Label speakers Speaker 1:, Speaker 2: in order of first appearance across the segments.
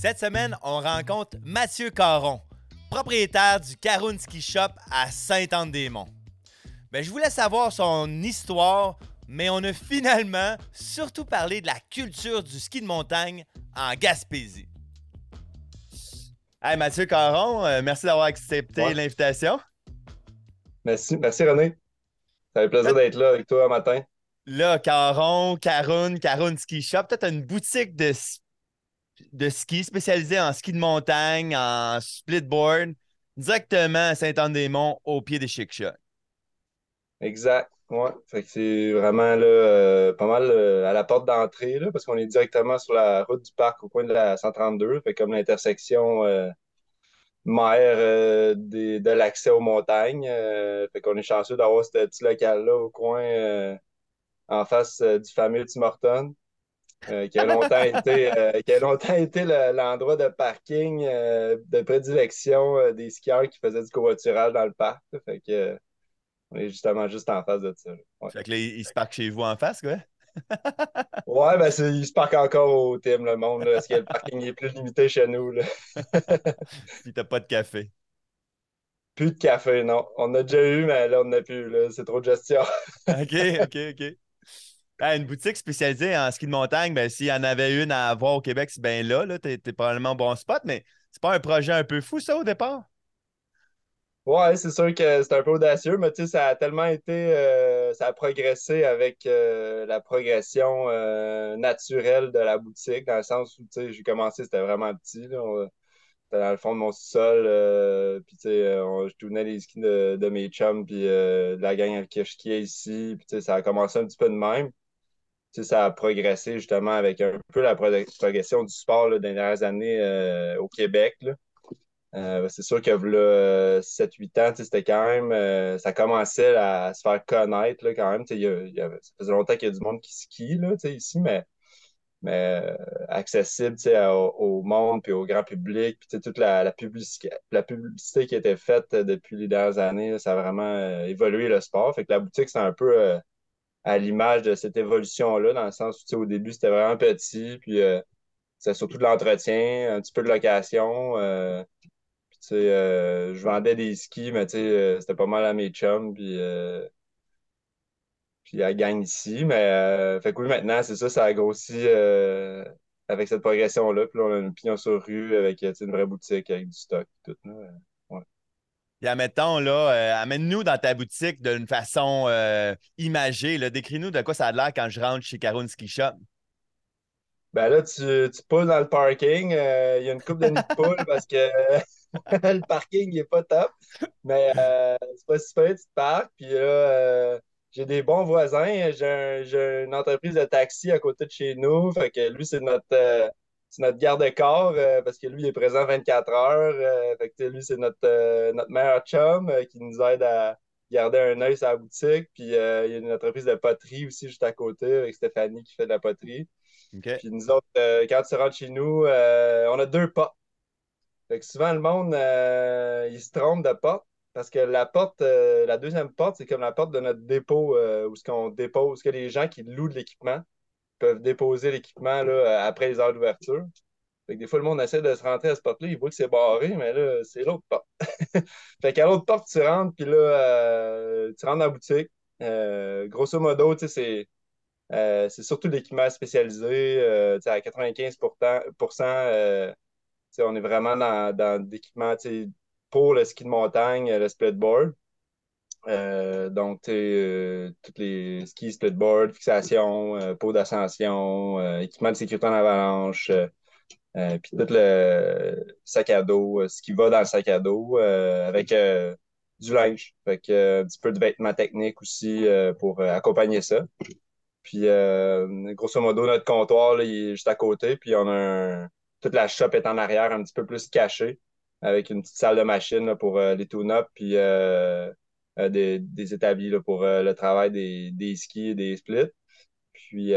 Speaker 1: Cette semaine, on rencontre Mathieu Caron, propriétaire du Caroun Ski Shop à Sainte-Anne-des-Monts. Je voulais savoir son histoire, mais on a finalement surtout parlé de la culture du ski de montagne en Gaspésie. Hey Mathieu Caron, merci d'avoir accepté
Speaker 2: Ouais.
Speaker 1: l'invitation.
Speaker 2: Merci René. Ça fait
Speaker 1: Toi,
Speaker 2: plaisir d'être là avec toi un matin.
Speaker 1: là, Caroun Ski Shop, toi, t'as une boutique de ski spécialisée en ski de montagne, en splitboard, directement à Sainte-Anne-des-Monts, au pied des Chic-Chocs.
Speaker 2: Exact. Ouais. Fait que c'est vraiment là, pas mal à la porte d'entrée, là, parce qu'on est directement sur la route du parc au coin de la 132. Fait comme l'intersection mer de l'accès aux montagnes. Fait qu'on est chanceux d'avoir ce petit local-là au coin en face du fameux Tim Hortons. Qui a longtemps été l'endroit de parking de prédilection des skieurs qui faisaient du covoiturage dans le parc. Là. Fait que, on est justement juste en face de ça. Là. Ouais,
Speaker 1: Fait que là, il se parque chez vous en face, quoi.
Speaker 2: ouais ben il se parque encore au Tim, le monde, là, parce que le parking est plus limité chez nous. Là.
Speaker 1: Puis t'as pas de café.
Speaker 2: Plus de café, non. On a déjà eu, mais là, on n'a plus. Là. C'est trop de gestion.
Speaker 1: OK, OK, OK. Une boutique spécialisée en ski de montagne, s'il y en avait une à avoir au Québec, c'est bien là, t'es probablement au bon spot, mais c'est pas un projet un peu fou, ça, au départ?
Speaker 2: Ouais, c'est sûr que c'est un peu audacieux, mais tu sais, ça a tellement été, ça a progressé avec la progression naturelle de la boutique, dans le sens où, tu sais, j'ai commencé, c'était vraiment petit, là, c'était dans le fond de mon sous-sol, puis tu sais, je tournais les skis de mes chums, puis de la gang avec qui je skiais ici, puis tu sais, ça a commencé un petit peu de même. Tu sais, ça a progressé justement avec un peu la progression du sport là, dans les dernières années au Québec, là. C'est sûr que là, 7-8 ans, tu sais, c'était quand même. Ça commençait à se faire connaître là, quand même. Tu sais, ça faisait longtemps qu'il y a du monde qui skie là, tu sais, ici, mais accessible tu sais, au monde puis au grand public. Puis tu sais, toute la publicité qui a été faite depuis les dernières années, là, ça a vraiment évolué le sport. Fait que la boutique, c'est un peu à l'image de cette évolution-là, dans le sens où tu sais, au début, c'était vraiment petit, puis c'est surtout de l'entretien, un petit peu de location. Tu sais, je vendais des skis, mais tu sais, c'était pas mal à mes chums, puis à la gang ici. Mais fait que oui, maintenant, c'est ça, ça a grossi avec cette progression-là. Puis là, on a une pignon sur rue avec tu sais, une vraie boutique avec du stock tout. Là. Ouais.
Speaker 1: Puis admettons, là, amène-nous dans ta boutique d'une façon imagée, là. Décris-nous de quoi ça a l'air quand je rentre chez Caroun Ski Shop.
Speaker 2: Ben là, tu poules dans le parking. Il y a une coupe de nids de poules parce que le parking n'est pas top. Mais c'est pas si pire, tu te parques. Puis là, j'ai des bons voisins. J'ai une entreprise de taxi à côté de chez nous. Fait que lui, c'est notre garde-corps parce que lui, il est présent 24 heures. Fait que tu sais, lui, c'est notre meilleur chum qui nous aide à garder un œil sur la boutique. Puis il y a une entreprise de poterie aussi juste à côté avec Stéphanie qui fait de la poterie.
Speaker 1: OK?
Speaker 2: Puis nous autres, quand tu rentres chez nous, on a deux portes. Fait que souvent, le monde, il se trompe de porte parce que la porte, la deuxième porte, c'est comme la porte de notre dépôt où ce qu'on dépose, que les gens qui louent de l'équipement peuvent déposer l'équipement là, après les heures d'ouverture. Fait que des fois, le monde essaie de se rentrer à cette porte-là, il voit que c'est barré, mais là, c'est l'autre porte. Fait qu'à l'autre porte, tu rentres, puis là, tu rentres dans la boutique. Grosso modo, tu sais, c'est surtout l'équipement spécialisé. Tu sais, à 95%, on est vraiment dans l'équipement pour le ski de montagne, le splitboard. Donc, tous les skis, splitboard, fixation, pot d'ascension, équipement de sécurité en avalanche, puis tout le sac à dos, ce qui va dans le sac à dos, avec du linge. Fait que, un petit peu de vêtements techniques aussi pour accompagner ça. Puis, grosso modo, notre comptoir, là, il est juste à côté. Puis, toute la shop est en arrière, un petit peu plus cachée, avec une petite salle de machine là, pour les tune-up, puis des établis là, pour le travail des skis et des splits. Puis,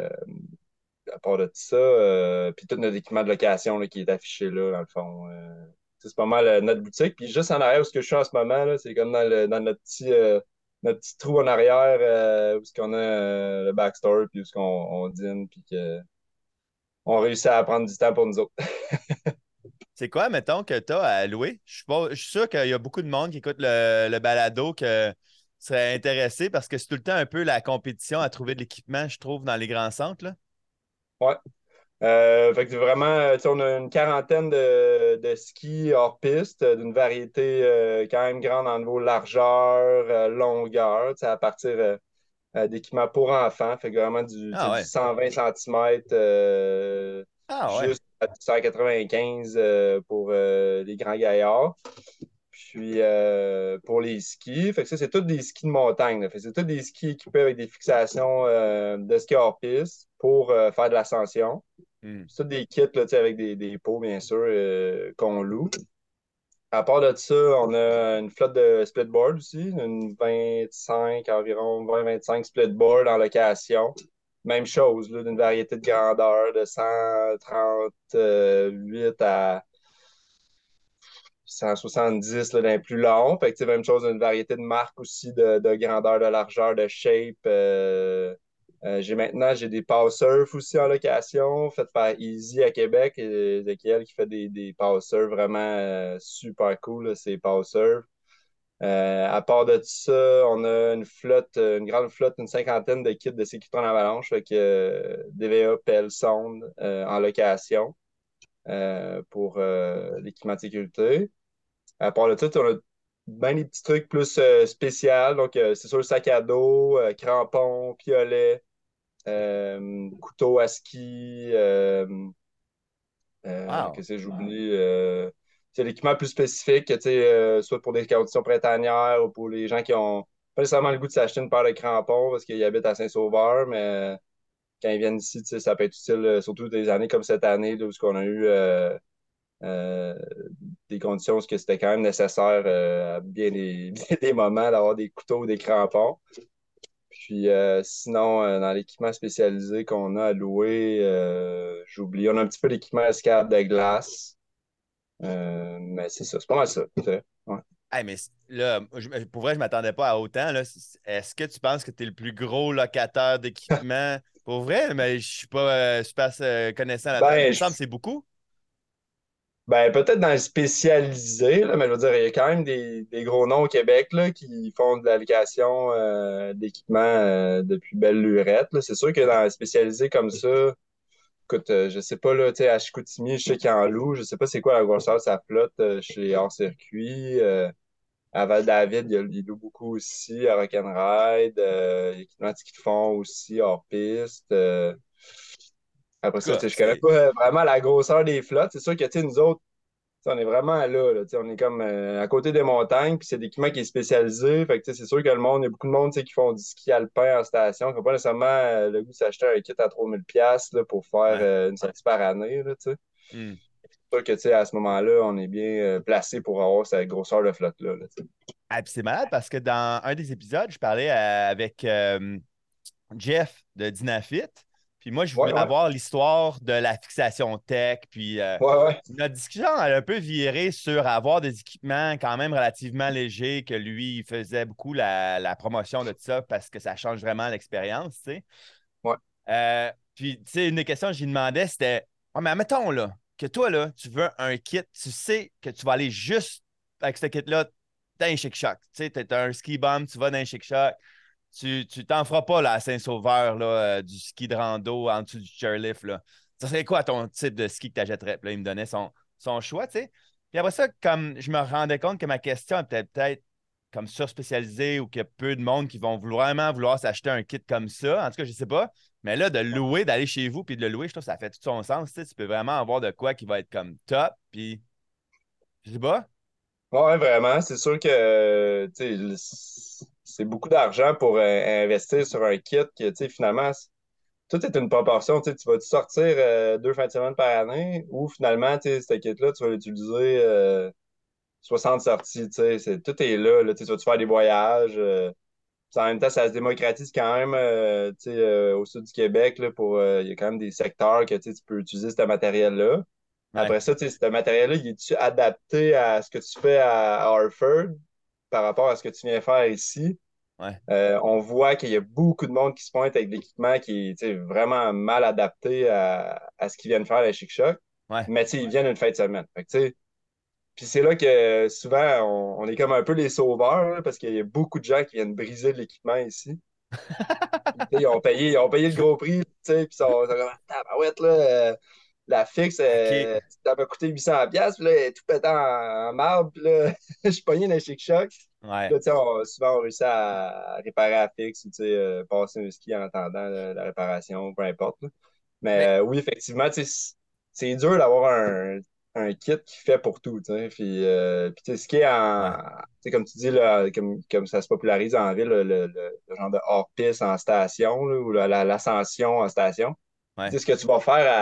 Speaker 2: à part de tout ça, puis tout notre équipement de location là, qui est affiché là, dans le fond. C'est pas mal notre boutique. Puis juste en arrière, où ce que je suis en ce moment, là, c'est comme dans notre petit trou en arrière, où ce qu'on a le backstore, puis où ce qu'on on dîne, puis que on réussit à prendre du temps pour nous autres.
Speaker 1: C'est quoi, mettons, que tu as à louer? Je suis sûr qu'il y a beaucoup de monde qui écoute le balado que serait intéressé parce que c'est tout le temps un peu la compétition à trouver de l'équipement, je trouve, dans les grands centres, là.
Speaker 2: Ouais. Fait que vraiment, tu sais, on a une quarantaine de skis hors piste, d'une variété quand même grande en niveau largeur, longueur, tu sais, à partir d'équipements pour enfants. Fait que vraiment tu sais,
Speaker 1: Ah
Speaker 2: du
Speaker 1: ouais.
Speaker 2: 120 centimètres
Speaker 1: Ah ouais.
Speaker 2: jusqu'à 195 pour les grands gaillards. Puis pour les skis, fait que ça, c'est tous des skis de montagne, là. Fait que c'est tous des skis équipés avec des fixations de ski hors piste pour faire de l'ascension.
Speaker 1: Hmm.
Speaker 2: C'est tous des kits là, tu sais, avec des pots, bien sûr, qu'on loue. À part de ça, on a une flotte de splitboard aussi, une 25, environ 20-25 splitboard en location. Même chose, là, d'une variété de grandeur, de 138 à 170 là, dans les plus longs. Fait que, tu sais, même chose, une variété de marques aussi, de grandeur, de largeur, de shape. J'ai des power surf aussi en location, fait par Easy à Québec, et Ezekiel qui fait des power surf vraiment super cool, là, ces power surf. À part de ça, on a une flotte, une grande flotte, une cinquantaine de kits de sécurité en avalanche, fait que DVA, pelle, sonde en location pour l'équipement de sécurité. À part de ça, on a bien des petits trucs plus spéciaux. Donc, c'est sûr, le sac à dos, crampons, piolets, couteau à ski,
Speaker 1: Wow.
Speaker 2: que c'est, j'oublie. C'est l'équipement plus spécifique, tu sais, soit pour des conditions printanières ou pour les gens qui ont pas nécessairement le goût de s'acheter une paire de crampons parce qu'ils habitent à Saint-Sauveur, mais quand ils viennent ici, tu sais, ça peut être utile, surtout des années comme cette année, là, où on a eu euh, des conditions où c'était quand même nécessaire à bien bien des moments d'avoir des couteaux ou des crampons. Puis sinon, dans l'équipement spécialisé qu'on a à louer, j'oublie. On a un petit peu l'équipement escale de glace. Mais c'est ça, c'est pas mal ça. Ouais.
Speaker 1: Hey, mais là, pour vrai, je m'attendais pas à autant, là. Est-ce que tu penses que tu es le plus gros locataire d'équipement? Pour vrai, mais je suis pas super connaissant là-dedans, mais il
Speaker 2: Ben,
Speaker 1: me semble que c'est beaucoup.
Speaker 2: ben, peut-être dans le spécialisé, là, mais je veux dire, il y a quand même des gros noms au Québec là, qui font de la location d'équipement depuis belle lurette. Là. C'est sûr que dans le spécialisé comme ça, écoute, je sais pas, là, tu sais, à Chicoutimi, je sais qu'il en loue. Je sais pas c'est quoi la grosseur de sa flotte chez Hors Circuit. À Val-David, il loue beaucoup aussi, à Rock'n'Ride. Il y a équipements qui font aussi hors piste. Après ça, tu
Speaker 1: Quoi,
Speaker 2: sais, je connais
Speaker 1: c'est.
Speaker 2: pas vraiment la grosseur des flottes. C'est sûr que, tu sais, nous autres, tu sais, on est vraiment là, tu sais, on est comme à côté des montagnes, puis c'est des équipements qui est spécialisé. Fait que, tu sais, c'est sûr que le monde, il y a beaucoup de monde tu sais, qui font du ski alpin en station, qui n'ont pas nécessairement le goût de s'acheter un kit à 3000$ là, pour faire
Speaker 1: Ouais.
Speaker 2: une sortie par année. Là, tu sais.
Speaker 1: Hmm.
Speaker 2: C'est sûr que tu sais, à ce moment-là, on est bien placé pour avoir cette grosseur de flotte-là. Là, tu sais.
Speaker 1: Ah, puis c'est malade parce que dans un des épisodes, je parlais avec Jeff de Dynafit. Puis moi, je
Speaker 2: Ouais,
Speaker 1: voulais
Speaker 2: ouais.
Speaker 1: avoir l'histoire de la fixation tech. Puis
Speaker 2: Ouais, ouais.
Speaker 1: notre discussion elle a un peu viré sur avoir des équipements quand même relativement légers, que lui, il faisait beaucoup la promotion de tout ça parce que ça change vraiment l'expérience, tu sais.
Speaker 2: Ouais.
Speaker 1: Puis, tu sais, une des questions que j'ai demandé, c'était oh, mais admettons là, que toi, là, tu veux un kit, tu sais que tu vas aller juste avec ce kit-là dans un Chic Choc. Tu sais, tu as un ski bum, tu vas dans un Chic Choc. Tu t'en feras pas là, à Saint-Sauveur, là, du ski de rando en dessous du chairlift. Là. Ça serait quoi ton type de ski que tu achèterais? Puis là, il me donnait son choix, tu sais. Puis après ça, comme je me rendais compte que ma question était peut-être comme surspécialisée ou qu'il y a peu de monde qui vont vraiment vouloir s'acheter un kit comme ça. En tout cas, je sais pas. Mais là, de le louer, d'aller chez vous puis de le louer, je trouve que ça fait tout son sens. Tu sais. Tu peux vraiment avoir de quoi qui va être comme top. Puis, je sais pas.
Speaker 2: Ouais, vraiment. C'est sûr que tu sais, c'est beaucoup d'argent pour investir sur un kit que tu sais, finalement, tout est une proportion. Tu sais, tu vas-tu sortir 2 fins de semaine par année ou finalement, tu sais, ce kit-là, tu vas l'utiliser 60 sorties. Tu sais, tout est là. Tu sais, tu vas-tu faire des voyages. Puis en même temps, ça se démocratise quand même tu sais, au sud du Québec là, il y a quand même des secteurs que tu sais, tu peux utiliser ce matériel-là.
Speaker 1: Ouais.
Speaker 2: Après ça, tu sais, ce matériel-là, il est-tu adapté à ce que tu fais à Harford par rapport à ce que tu viens faire ici?
Speaker 1: Ouais.
Speaker 2: On voit qu'il y a beaucoup de monde qui se pointe avec de l'équipement qui est tu sais, vraiment mal adapté à ce qu'ils viennent faire à Chic Choc.
Speaker 1: Ouais.
Speaker 2: Mais tu sais, ils viennent une fin de semaine. Fait que, tu sais, puis c'est là que souvent, on est comme un peu les sauveurs, là, parce qu'il y a beaucoup de gens qui viennent briser de l'équipement ici. Puis, tu sais, ils ont payé le gros prix, tu sais, puis ils sont comme, tabarouette, là, la fixe,
Speaker 1: OK.
Speaker 2: ça m'a coûté 800$, puis là, elle est tout pétant en marbre, puis là, je suis pogné dans le chic-choc. Puis
Speaker 1: Ouais.
Speaker 2: là, tu sais, souvent, on réussit à réparer la fixe, ou, tu sais, passer un ski en attendant la réparation, peu importe, là.
Speaker 1: Mais
Speaker 2: Mais oui, effectivement, tu sais, c'est dur d'avoir un kit qui fait pour tout, tu sais. Puis tu sais, ce qui est
Speaker 1: ouais.
Speaker 2: tu sais, comme tu dis, là, comme ça se popularise en ville, le genre de hors-piste en station, là, ou l'ascension en station. Tu
Speaker 1: Ouais.
Speaker 2: sais, ce que tu vas faire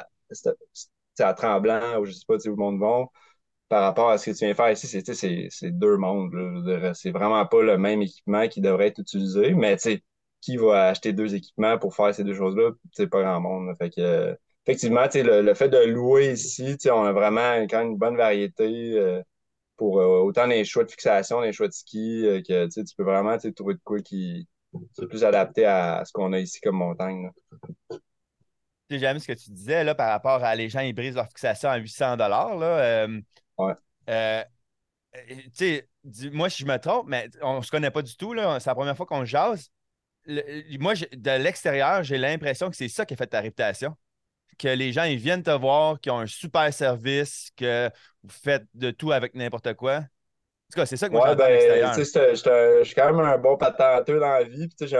Speaker 2: à Tremblant, ou je sais pas, tu sais, où le monde va, par rapport à ce que tu viens faire ici, tu sais, c'est deux mondes, là. Je veux dire, c'est vraiment pas le même équipement qui devrait être utilisé, mais tu sais, qui va acheter deux équipements pour faire ces deux choses-là? C'est pas grand monde, là. Fait que, effectivement, tu sais, le fait de louer ici, tu sais, on a vraiment quand même une bonne variété pour autant les choix de fixation, les choix de ski, que tu sais, tu peux vraiment tu sais, trouver de quoi qui est plus adapté à ce qu'on a ici comme montagne, là.
Speaker 1: Tu sais, j'aime ce que tu disais là, par rapport à les gens, ils brisent leur fixation à 800 là.
Speaker 2: Ouais.
Speaker 1: Euh, tu sais, moi, si je me trompe, mais on se connaît pas du tout, là. C'est la première fois qu'on jase. Moi, de l'extérieur, j'ai l'impression que c'est ça qui a fait ta réputation. Que les gens, ils viennent te voir, qu'ils ont un super service, que vous faites de tout avec n'importe quoi. En tout cas, c'est ça que moi
Speaker 2: Ouais,
Speaker 1: j'entends de
Speaker 2: ben,
Speaker 1: l'extérieur.
Speaker 2: tu sais, je suis quand même un bon patenteux dans la vie. Puis, tu sais,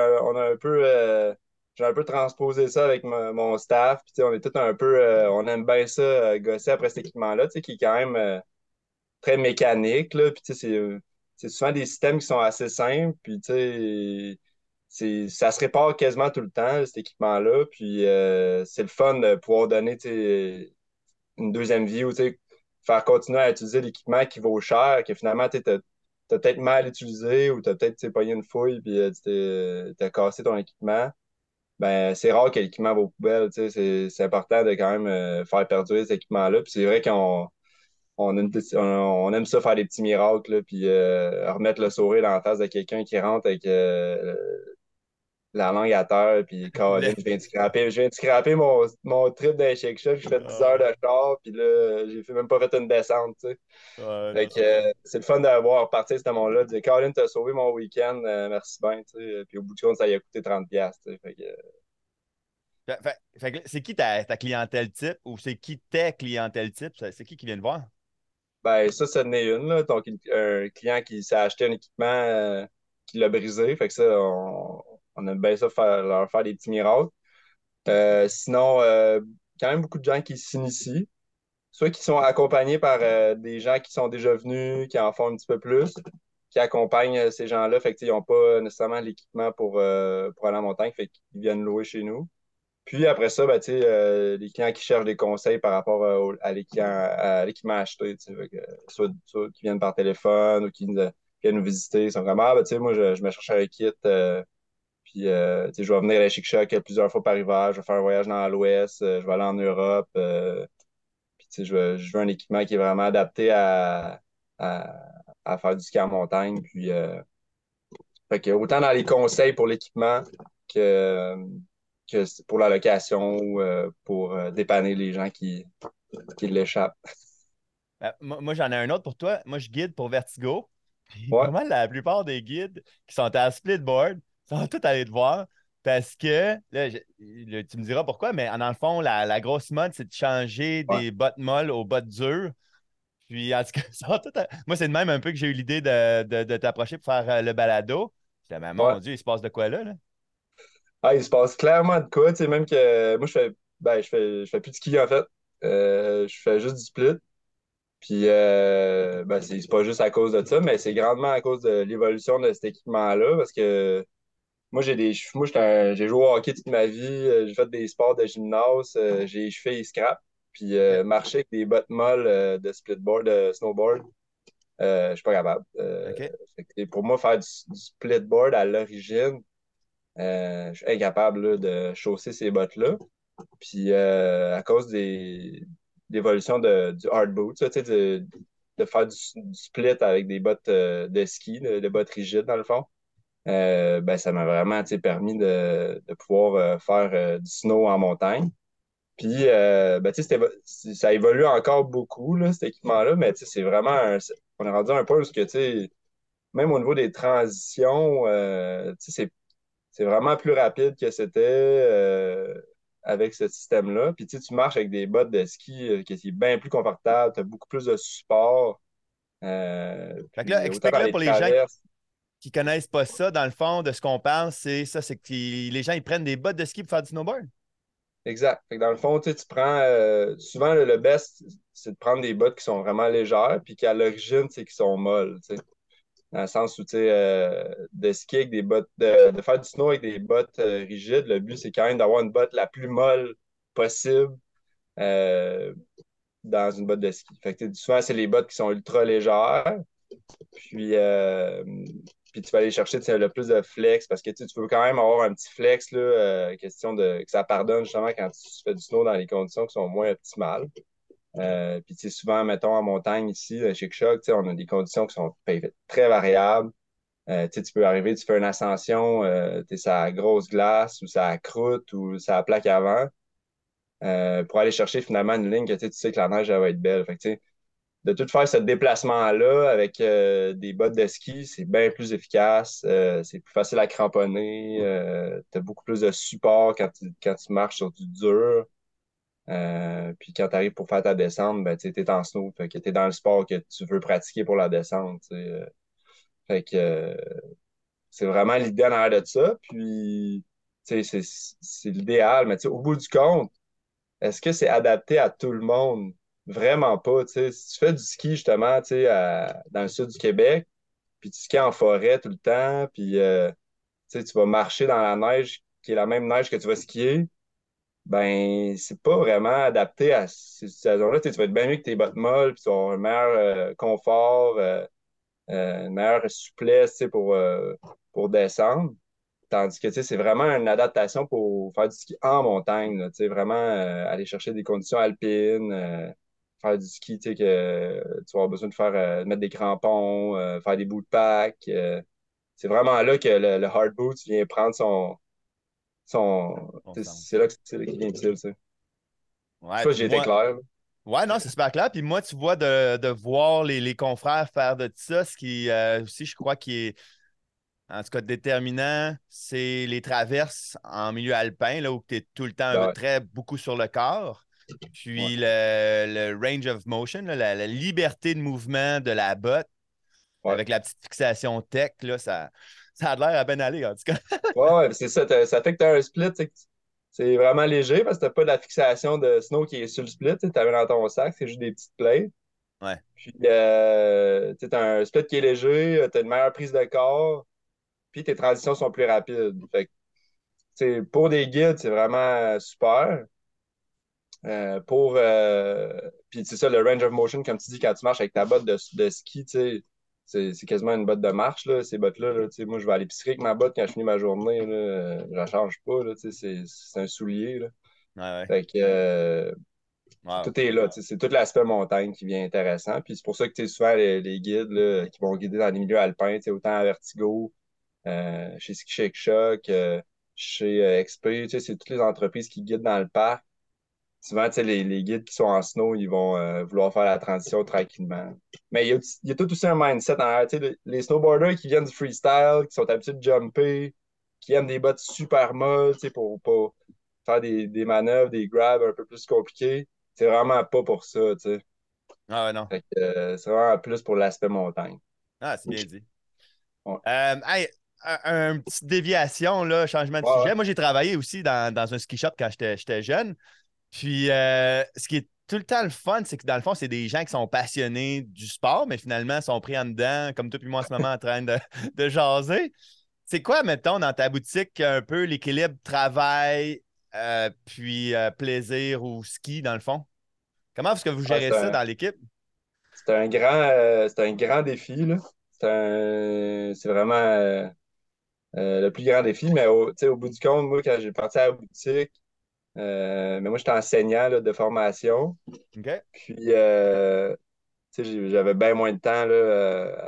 Speaker 2: j'ai un peu transposé ça avec mon staff. Puis, tu sais, on est tous un peu, on aime bien ça, gosser après cet équipement-là, tu sais, qui est quand même très mécanique, là. Puis, tu sais, c'est souvent des systèmes qui sont assez simples. Puis, tu sais, ça se répare quasiment tout le temps, cet équipement-là. Puis, c'est le fun de pouvoir donner, tu sais, une deuxième vie ou, tu sais, faire continuer à utiliser l'équipement qui vaut cher, que finalement, tu as peut-être mal utilisé ou tu as peut-être tu sais, pogné une fouille puis tu t'as cassé ton équipement. Ben, c'est rare que l'équipement va aux poubelles. Tu sais, c'est important de quand même faire perdurer cet équipement-là. Puis c'est vrai on aime ça faire des petits miracles, là, puis remettre le sourire dans la face de quelqu'un qui rentre avec la langue à terre, puis Colin,
Speaker 1: Le-
Speaker 2: je viens de scraper mon trip d'un shake shot, j'ai fait 10 heures
Speaker 1: Ah,
Speaker 2: de char, puis là, même pas fait une descente, tu sais.
Speaker 1: ouais,
Speaker 2: Fait
Speaker 1: non,
Speaker 2: que
Speaker 1: c'est cool.
Speaker 2: c'est le fun d'avoir parti ce moment-là, de dire Colin, t'as sauvé mon week-end, merci bien, tu sais. Puis au bout du compte, ça y a coûté 30$, tu sais. Fait que,
Speaker 1: Fait que c'est qui ta clientèle type ou c'est qui tes clientèles type? C'est qui vient te voir?
Speaker 2: ben, ça en est une, là. Donc, un client qui s'est acheté un équipement qui l'a brisé, fait que ça, on aime bien ça leur faire des petits miracles. Sinon, quand même beaucoup de gens qui s'initient, soit qui sont accompagnés par des gens qui sont déjà venus, qui en font un petit peu plus, qui accompagnent ces gens-là. Fait que, tu sais, ils n'ont pas nécessairement l'équipement pour aller en montagne, fait qu'ils viennent louer chez nous. Puis après ça, ben, tu sais, les clients qui cherchent des conseils par rapport à l'équipement acheté, tu sais, fait que, soit qui viennent par téléphone ou qui viennent nous visiter, ils sont comme, ah, ben, tu sais, moi, je me cherche un kit, puis, tu sais, je vais venir à Chic Choc plusieurs fois par hiver, je vais faire un voyage dans l'Ouest, je vais aller en Europe, puis, tu sais, je veux un équipement qui est vraiment adapté à, à faire du ski en montagne. Puis, fait que autant dans les conseils pour l'équipement que, que pour la location ou pour dépanner les gens qui l'échappent.
Speaker 1: Moi, j'en ai un autre pour toi. Moi, je guide pour Vertigo. Puis
Speaker 2: Ouais,
Speaker 1: pas mal la plupart des guides qui sont à Splitboard sont tous allés te voir parce que, tu me diras pourquoi, mais dans le fond, la grosse mode, c'est de changer
Speaker 2: ouais,
Speaker 1: des bottes molles aux bottes dures. Puis, en tout cas, moi, c'est de même un peu que j'ai eu l'idée de t'approcher pour faire le balado. J'étais, mais
Speaker 2: ouais.
Speaker 1: mon Dieu, il se passe de quoi là?
Speaker 2: Ah, il se passe clairement de quoi, tu sais, même que moi, je fais plus de ski, en fait. Je fais juste du split. Puis, ben, c'est pas juste à cause de ça, mais c'est grandement à cause de l'évolution de cet équipement-là, parce que j'ai joué au hockey toute ma vie, j'ai fait des sports de gymnase, j'ai les chevilles scrap, puis
Speaker 1: OK.
Speaker 2: marcher avec des bottes molles de splitboard, de snowboard, je suis pas capable.
Speaker 1: OK.
Speaker 2: Fait que pour moi, faire du splitboard à l'origine, je suis incapable là, de chausser ces bottes-là. Puis à cause l'évolution du hard boot, ça, tu sais, de faire du split avec des bottes de ski, de bottes rigides dans le fond. Ben, ça m'a vraiment, tu sais, permis de pouvoir faire du snow en montagne. Puis, ben, tu sais, ça évolue encore beaucoup, là, cet équipement-là, mais tu sais, c'est vraiment, on est rendu à un point où, que, tu sais, même au niveau des transitions, tu sais, c'est vraiment plus rapide que c'était avec ce système-là. Puis, tu sais, tu marches avec des bottes de ski qui sont bien plus confortables, tu as beaucoup plus de support.
Speaker 1: Fait que là,
Speaker 2: Puis, autant dans
Speaker 1: explique-le
Speaker 2: les
Speaker 1: pour les gens
Speaker 2: traverses.
Speaker 1: qui connaissent pas ça. Dans le fond, de ce qu'on parle, c'est ça, c'est que les gens, ils prennent des bottes de ski pour faire du snowboard.
Speaker 2: Exact. Fait que dans le fond, tu sais, tu prends souvent le best, c'est de prendre des bottes qui sont vraiment légères, puis qu'à l'origine, c'est qui sont molles, tu sais. Dans le sens où, tu sais, de skier avec des bottes, de faire du snow avec des bottes rigides, le but, c'est quand même d'avoir une botte la plus molle possible euh, dans une botte de ski. Fait que, tu sais, souvent, c'est les bottes qui sont ultra légères, puis, puis tu vas aller chercher, tu sais, le plus de flex, parce que tu veux quand même avoir un petit flex, là, question de que ça pardonne justement quand tu fais du snow dans les conditions qui sont moins optimales. Puis tu sais, souvent, mettons, en montagne ici, chez Choc, tu sais, on a des conditions qui sont très variables. Tu sais, tu peux arriver, tu fais une ascension, tu es sur la grosse glace ou sur la croûte ou sur la plaque avant pour aller chercher finalement une ligne que tu sais que la neige elle va être belle. Fait que, tu sais, de tout faire ce déplacement-là avec des bottes de ski, c'est bien plus efficace, c'est plus facile à cramponner, tu as beaucoup plus de support quand tu marches sur du dur. Puis quand tu arrives pour faire ta descente, ben, tu es en snow, fait que tu es dans le sport que tu veux pratiquer pour la descente. Tu sais, fait que c'est vraiment l'idée en arrière de ça. Puis, tu sais, c'est l'idéal, mais tu sais, au bout du compte, est-ce que c'est adapté à tout le monde? Vraiment pas. Tu sais. Si tu fais du ski, justement, tu sais, dans le sud du Québec, puis tu skis en forêt tout le temps, puis tu sais, tu vas marcher dans la neige, qui est la même neige que tu vas skier, ben, c'est pas vraiment adapté à ces situations-là. Tu sais, tu vas être bien mieux que tes bottes molles, puis tu vas avoir un meilleur confort, une meilleure souplesse, tu sais, pour descendre. Tandis que, tu sais, c'est vraiment une adaptation pour faire du ski en montagne, là, tu sais, vraiment aller chercher des conditions alpines, faire du ski, tu sais, que tu vas avoir besoin de faire, mettre des crampons, faire des bouts de pack. C'est vraiment là que le hard boot vient prendre
Speaker 1: Bon
Speaker 2: c'est
Speaker 1: sens.
Speaker 2: là c'est là qu'il vient utile, tu sais. Je sais
Speaker 1: Ouais,
Speaker 2: pas si
Speaker 1: puis
Speaker 2: j'ai été
Speaker 1: moi,
Speaker 2: clair.
Speaker 1: ouais, non, c'est super clair. Puis moi, tu vois, de voir les confrères faire de ça, ce qui aussi, je crois, qui est en tout cas déterminant, c'est les traverses en milieu alpin, là où tu es tout le temps
Speaker 2: Ben
Speaker 1: très beaucoup sur le corps.
Speaker 2: ouais,
Speaker 1: Puis le range of motion, là, la liberté de mouvement de la botte
Speaker 2: ouais.
Speaker 1: avec la petite fixation tech, là, ça a l'air à bien aller, en tout cas.
Speaker 2: Ouais, c'est ça. Ça fait que tu as un split, tu sais, c'est vraiment léger parce que tu pas de la fixation de snow qui est sur le split. Tu avais dans ton sac, c'est juste des petites plates.
Speaker 1: Ouais.
Speaker 2: Puis, tu as un split qui est léger, tu as une meilleure prise de corps, puis tes transitions sont plus rapides. Fait que, tu sais, pour des guides, c'est vraiment super. Puis, c'est ça, le range of motion, comme tu dis, quand tu marches avec ta botte de ski, tu sais, c'est quasiment une botte de marche, là, ces bottes-là. Là, tu sais, moi, je vais à l'épicerie avec ma botte quand je finis ma journée. Là, je la change pas. Là, tu sais, c'est un soulier. Là.
Speaker 1: Ouais, ouais.
Speaker 2: Fait que
Speaker 1: Wow.
Speaker 2: tout est là. Tu sais, c'est tout l'aspect montagne qui vient intéressant. Puis c'est pour ça que tu sais, souvent, les guides là, qui vont guider dans les milieux alpins, tu sais, autant à Vertigo, chez Ski Shake Shock, chez XP, tu sais, c'est toutes les entreprises qui guident dans le parc. Souvent, tu sais, les guides qui sont en snow, ils vont vouloir faire la transition tranquillement. Mais il y a tout aussi un mindset en arrière. Tu sais, les snowboarders qui viennent du freestyle, qui sont habitués de jumper, qui aiment des bottes super molles, tu sais, pour faire des manœuvres, des grabs un peu plus compliqués. C'est vraiment pas pour ça, tu sais.
Speaker 1: Ah ouais, non.
Speaker 2: Fait que, c'est vraiment plus pour l'aspect montagne.
Speaker 1: Ah, c'est bien dit.
Speaker 2: Ouais.
Speaker 1: Hey, une petite déviation, là, changement de
Speaker 2: Ouais, ouais.
Speaker 1: sujet. Moi, j'ai travaillé aussi dans un ski shop quand j'étais jeune. Puis, ce qui est tout le temps le fun, c'est que dans le fond, c'est des gens qui sont passionnés du sport, mais finalement sont pris en dedans, comme toi et moi en ce moment, en train de jaser. C'est quoi, mettons, dans ta boutique, un peu l'équilibre travail, puis plaisir ou ski, dans le fond? Comment est-ce que vous
Speaker 2: Ouais,
Speaker 1: gérez ça dans l'équipe?
Speaker 2: c'est un grand défi, là. C'est vraiment le plus grand défi, mais tu sais, au bout du compte, moi, quand j'ai parti à la boutique, mais moi, j'étais enseignant là, de formation.
Speaker 1: OK?
Speaker 2: Puis, tu sais, j'avais bien moins de temps là,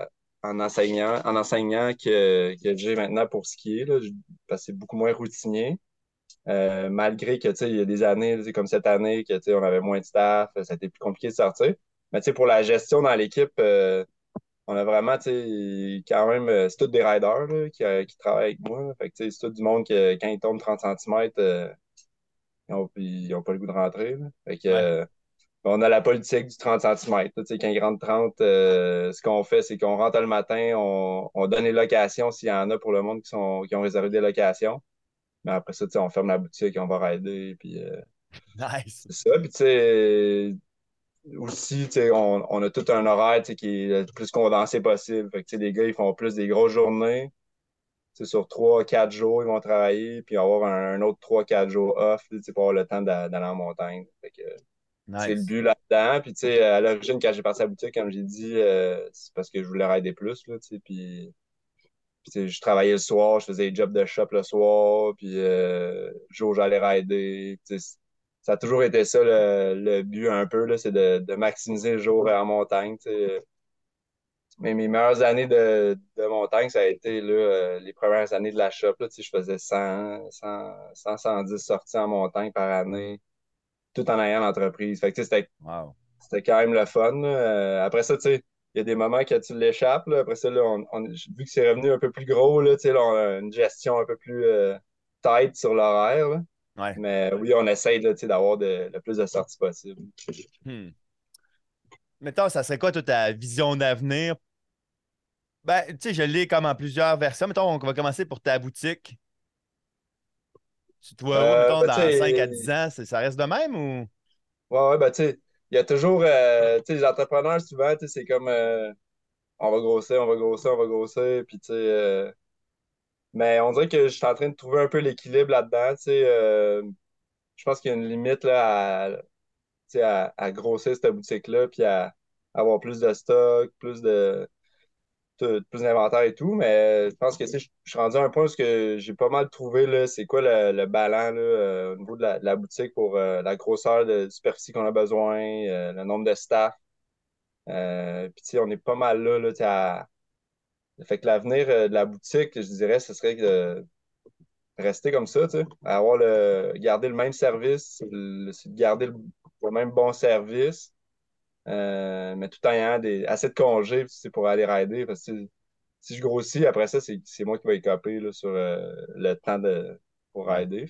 Speaker 2: en enseignant que j'ai maintenant pour skier, là, parce que c'est beaucoup moins routinier. Malgré que, tu sais, il y a des années, tu sais, comme cette année, que, tu sais, on avait moins de staff, ça a été plus compliqué de sortir. Mais, tu sais, pour la gestion dans l'équipe, on a vraiment, tu sais, quand même, c'est tous des riders, là, qui travaillent avec moi. Fait que, tu sais, c'est tout du monde que, quand ils tombent 30 centimètres, ils ont pas le goût de rentrer, là. Fait que,
Speaker 1: Ouais.
Speaker 2: on a la politique du 30 centimètres. Tu sais, quand ils rentrent 30, ce qu'on fait, c'est qu'on rentre le matin, on donne les locations s'il y en a pour le monde qui ont réservé des locations. Mais après ça, tu sais, on ferme la boutique, on va rider, puis
Speaker 1: Nice.
Speaker 2: c'est ça. Puis, tu sais, aussi, tu sais, on a tout un horaire, tu sais, qui est le plus condensé possible. Fait que, tu sais, les gars, ils font plus des grosses journées. Tu sais, sur 3, 4 jours, ils vont travailler, puis avoir un autre 3, 4 jours off, tu sais, pour avoir le temps d'aller en montagne. Fait que, c'est le
Speaker 1: Nice.
Speaker 2: but là-dedans. Puis, tu sais, à l'origine, quand j'ai parti à la boutique, comme j'ai dit, c'est parce que je voulais rider plus, là, tu sais, puis, tu sais, je travaillais le soir, je faisais des jobs de shop le soir, puis le jour, j'allais rider. Tu sais, ça a toujours été ça, le but un peu, là, c'est de maximiser le jour en montagne, tu sais. Mais mes meilleures années de montagne, ça a été là, les premières années de la shop. Là, tu sais, je faisais 110 sorties en montagne par année, tout en ayant l'entreprise. Fait que, tu sais,
Speaker 1: Wow.
Speaker 2: c'était quand même le fun, là. Après ça, tu sais, il y a des moments que tu l'échappes, là. Après ça, là, vu que c'est revenu un peu plus gros, là, tu sais, là, on a une gestion un peu plus tight sur l'horaire, là.
Speaker 1: Ouais.
Speaker 2: Mais oui, on essaye là, tu sais, d'avoir le plus de sorties possible.
Speaker 1: Hmm. Mettons, ça serait quoi toute ta vision d'avenir? Ben, tu sais, je l'ai comme en plusieurs versions. Mettons, on va commencer pour ta boutique. Tu te vois où, mettons,
Speaker 2: Ben, tu
Speaker 1: dans 5 à 10
Speaker 2: sais,
Speaker 1: ans? Ça reste de même ou?
Speaker 2: ouais, ben, tu sais, il y a toujours, tu sais, les entrepreneurs, souvent, tu sais, c'est comme, on va grossir, on va grossir, on va grossir, puis tu sais, mais on dirait que je suis en train de trouver un peu l'équilibre là-dedans, tu sais, je pense qu'il y a une limite, là, tu sais, à grossir cette boutique-là, puis à avoir plus de stock, plus d'inventaire et tout, mais je pense que, tu sais, je suis rendu à un point où j'ai pas mal trouvé, là, c'est quoi le ballon, là, au niveau de la boutique pour la grosseur de superficie qu'on a besoin, le nombre de staff. Puis, tu sais, on est pas mal là, tu sais, fait que l'avenir de la boutique, je dirais, ce serait de rester comme ça, tu sais, garder le même service, garder le même bon service, mais tout en ayant assez de congés, tu sais, pour aller rider, parce que si je grossis, après ça, c'est moi qui vais écoper là, sur le temps pour
Speaker 1: Ouais.
Speaker 2: rider.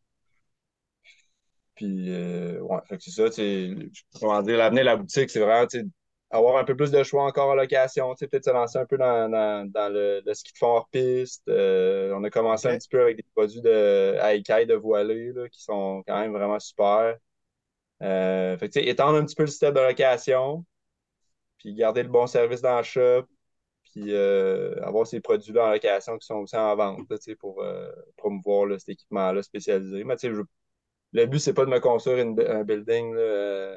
Speaker 2: Puis, ouais, fait que c'est ça, tu sais, comment dire, l'avenir de la boutique, c'est vraiment, tu sais, avoir un peu plus de choix encore en location, tu sais, peut-être se lancer un peu dans le ski de fond hors piste. On a commencé un
Speaker 1: OK.
Speaker 2: petit peu avec des produits de high de voilée, là, qui sont quand même vraiment super. Fait que, tu sais, étendre un petit peu le système de location, puis garder le bon service dans le shop, puis avoir ces produits-là en location qui sont aussi en vente, là, tu sais, pour promouvoir là, cet équipement-là spécialisé. Mais tu sais, le but, c'est pas de me construire un building là,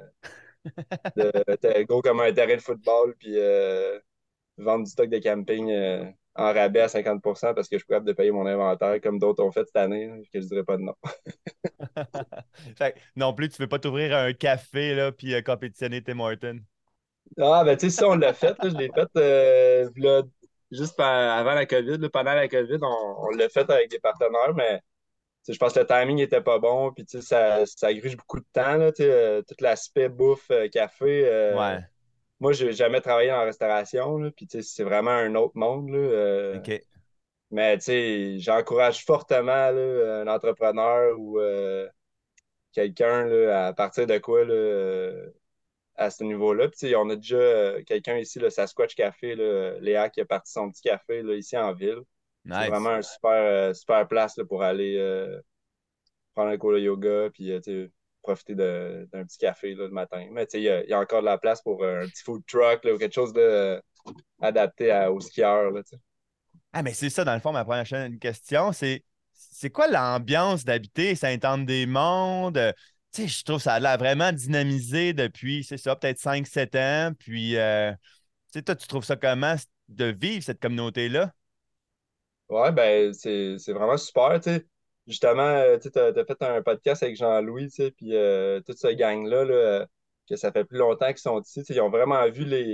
Speaker 2: gros comme un terrain de football, puis vendre du stock de camping en rabais à 50% parce que je suis capable de payer mon inventaire comme d'autres ont fait cette année, là, que je dirais pas de non.
Speaker 1: Fait que non plus, tu veux pas t'ouvrir un café là, puis compétitionner Tim Hortons.
Speaker 2: Ah, ben, tu sais, ça, on l'a fait, là, je l'ai fait là, juste avant la COVID, là, pendant la COVID, on l'a fait avec des partenaires, mais tu sais, je pense que le timing n'était pas bon, puis tu sais, ça gruge beaucoup de temps, là, tu sais, tout l'aspect bouffe, café.
Speaker 1: Ouais.
Speaker 2: Moi, j'ai jamais travaillé en restauration, là, puis tu sais, c'est vraiment un autre monde, là,
Speaker 1: OK.
Speaker 2: mais tu sais, j'encourage fortement là, un entrepreneur ou quelqu'un là, à partir de quoi là, à ce niveau-là. Puis tu sais, on a déjà quelqu'un ici, le Sasquatch Café, là, Léa, qui a parti son petit café là, ici en ville. C'est vraiment
Speaker 1: Nice.
Speaker 2: un super place là, pour aller prendre un cours de yoga, puis tu sais, profiter d'un petit café là, le matin. Mais tu sais, il y a encore de la place pour un petit food truck là, ou quelque chose de adapté aux skieurs. Là, tu sais.
Speaker 1: Ah, mais c'est ça, dans le fond, ma prochaine question, c'est quoi l'ambiance d'habiter Sainte-Anne-des-Monts? Tu sais, je trouve que ça a l'air vraiment dynamisé depuis, c'est ça, peut-être 5 7 ans. Puis, tu sais, toi, tu trouves ça comment de vivre cette communauté-là?
Speaker 2: Ouais, ben, c'est vraiment super, tu sais. Justement, tu as fait un podcast avec Jean-Louis, tu sais, puis toute cette gang-là, là, que ça fait plus longtemps qu'ils sont ici, tu sais, ils ont vraiment vu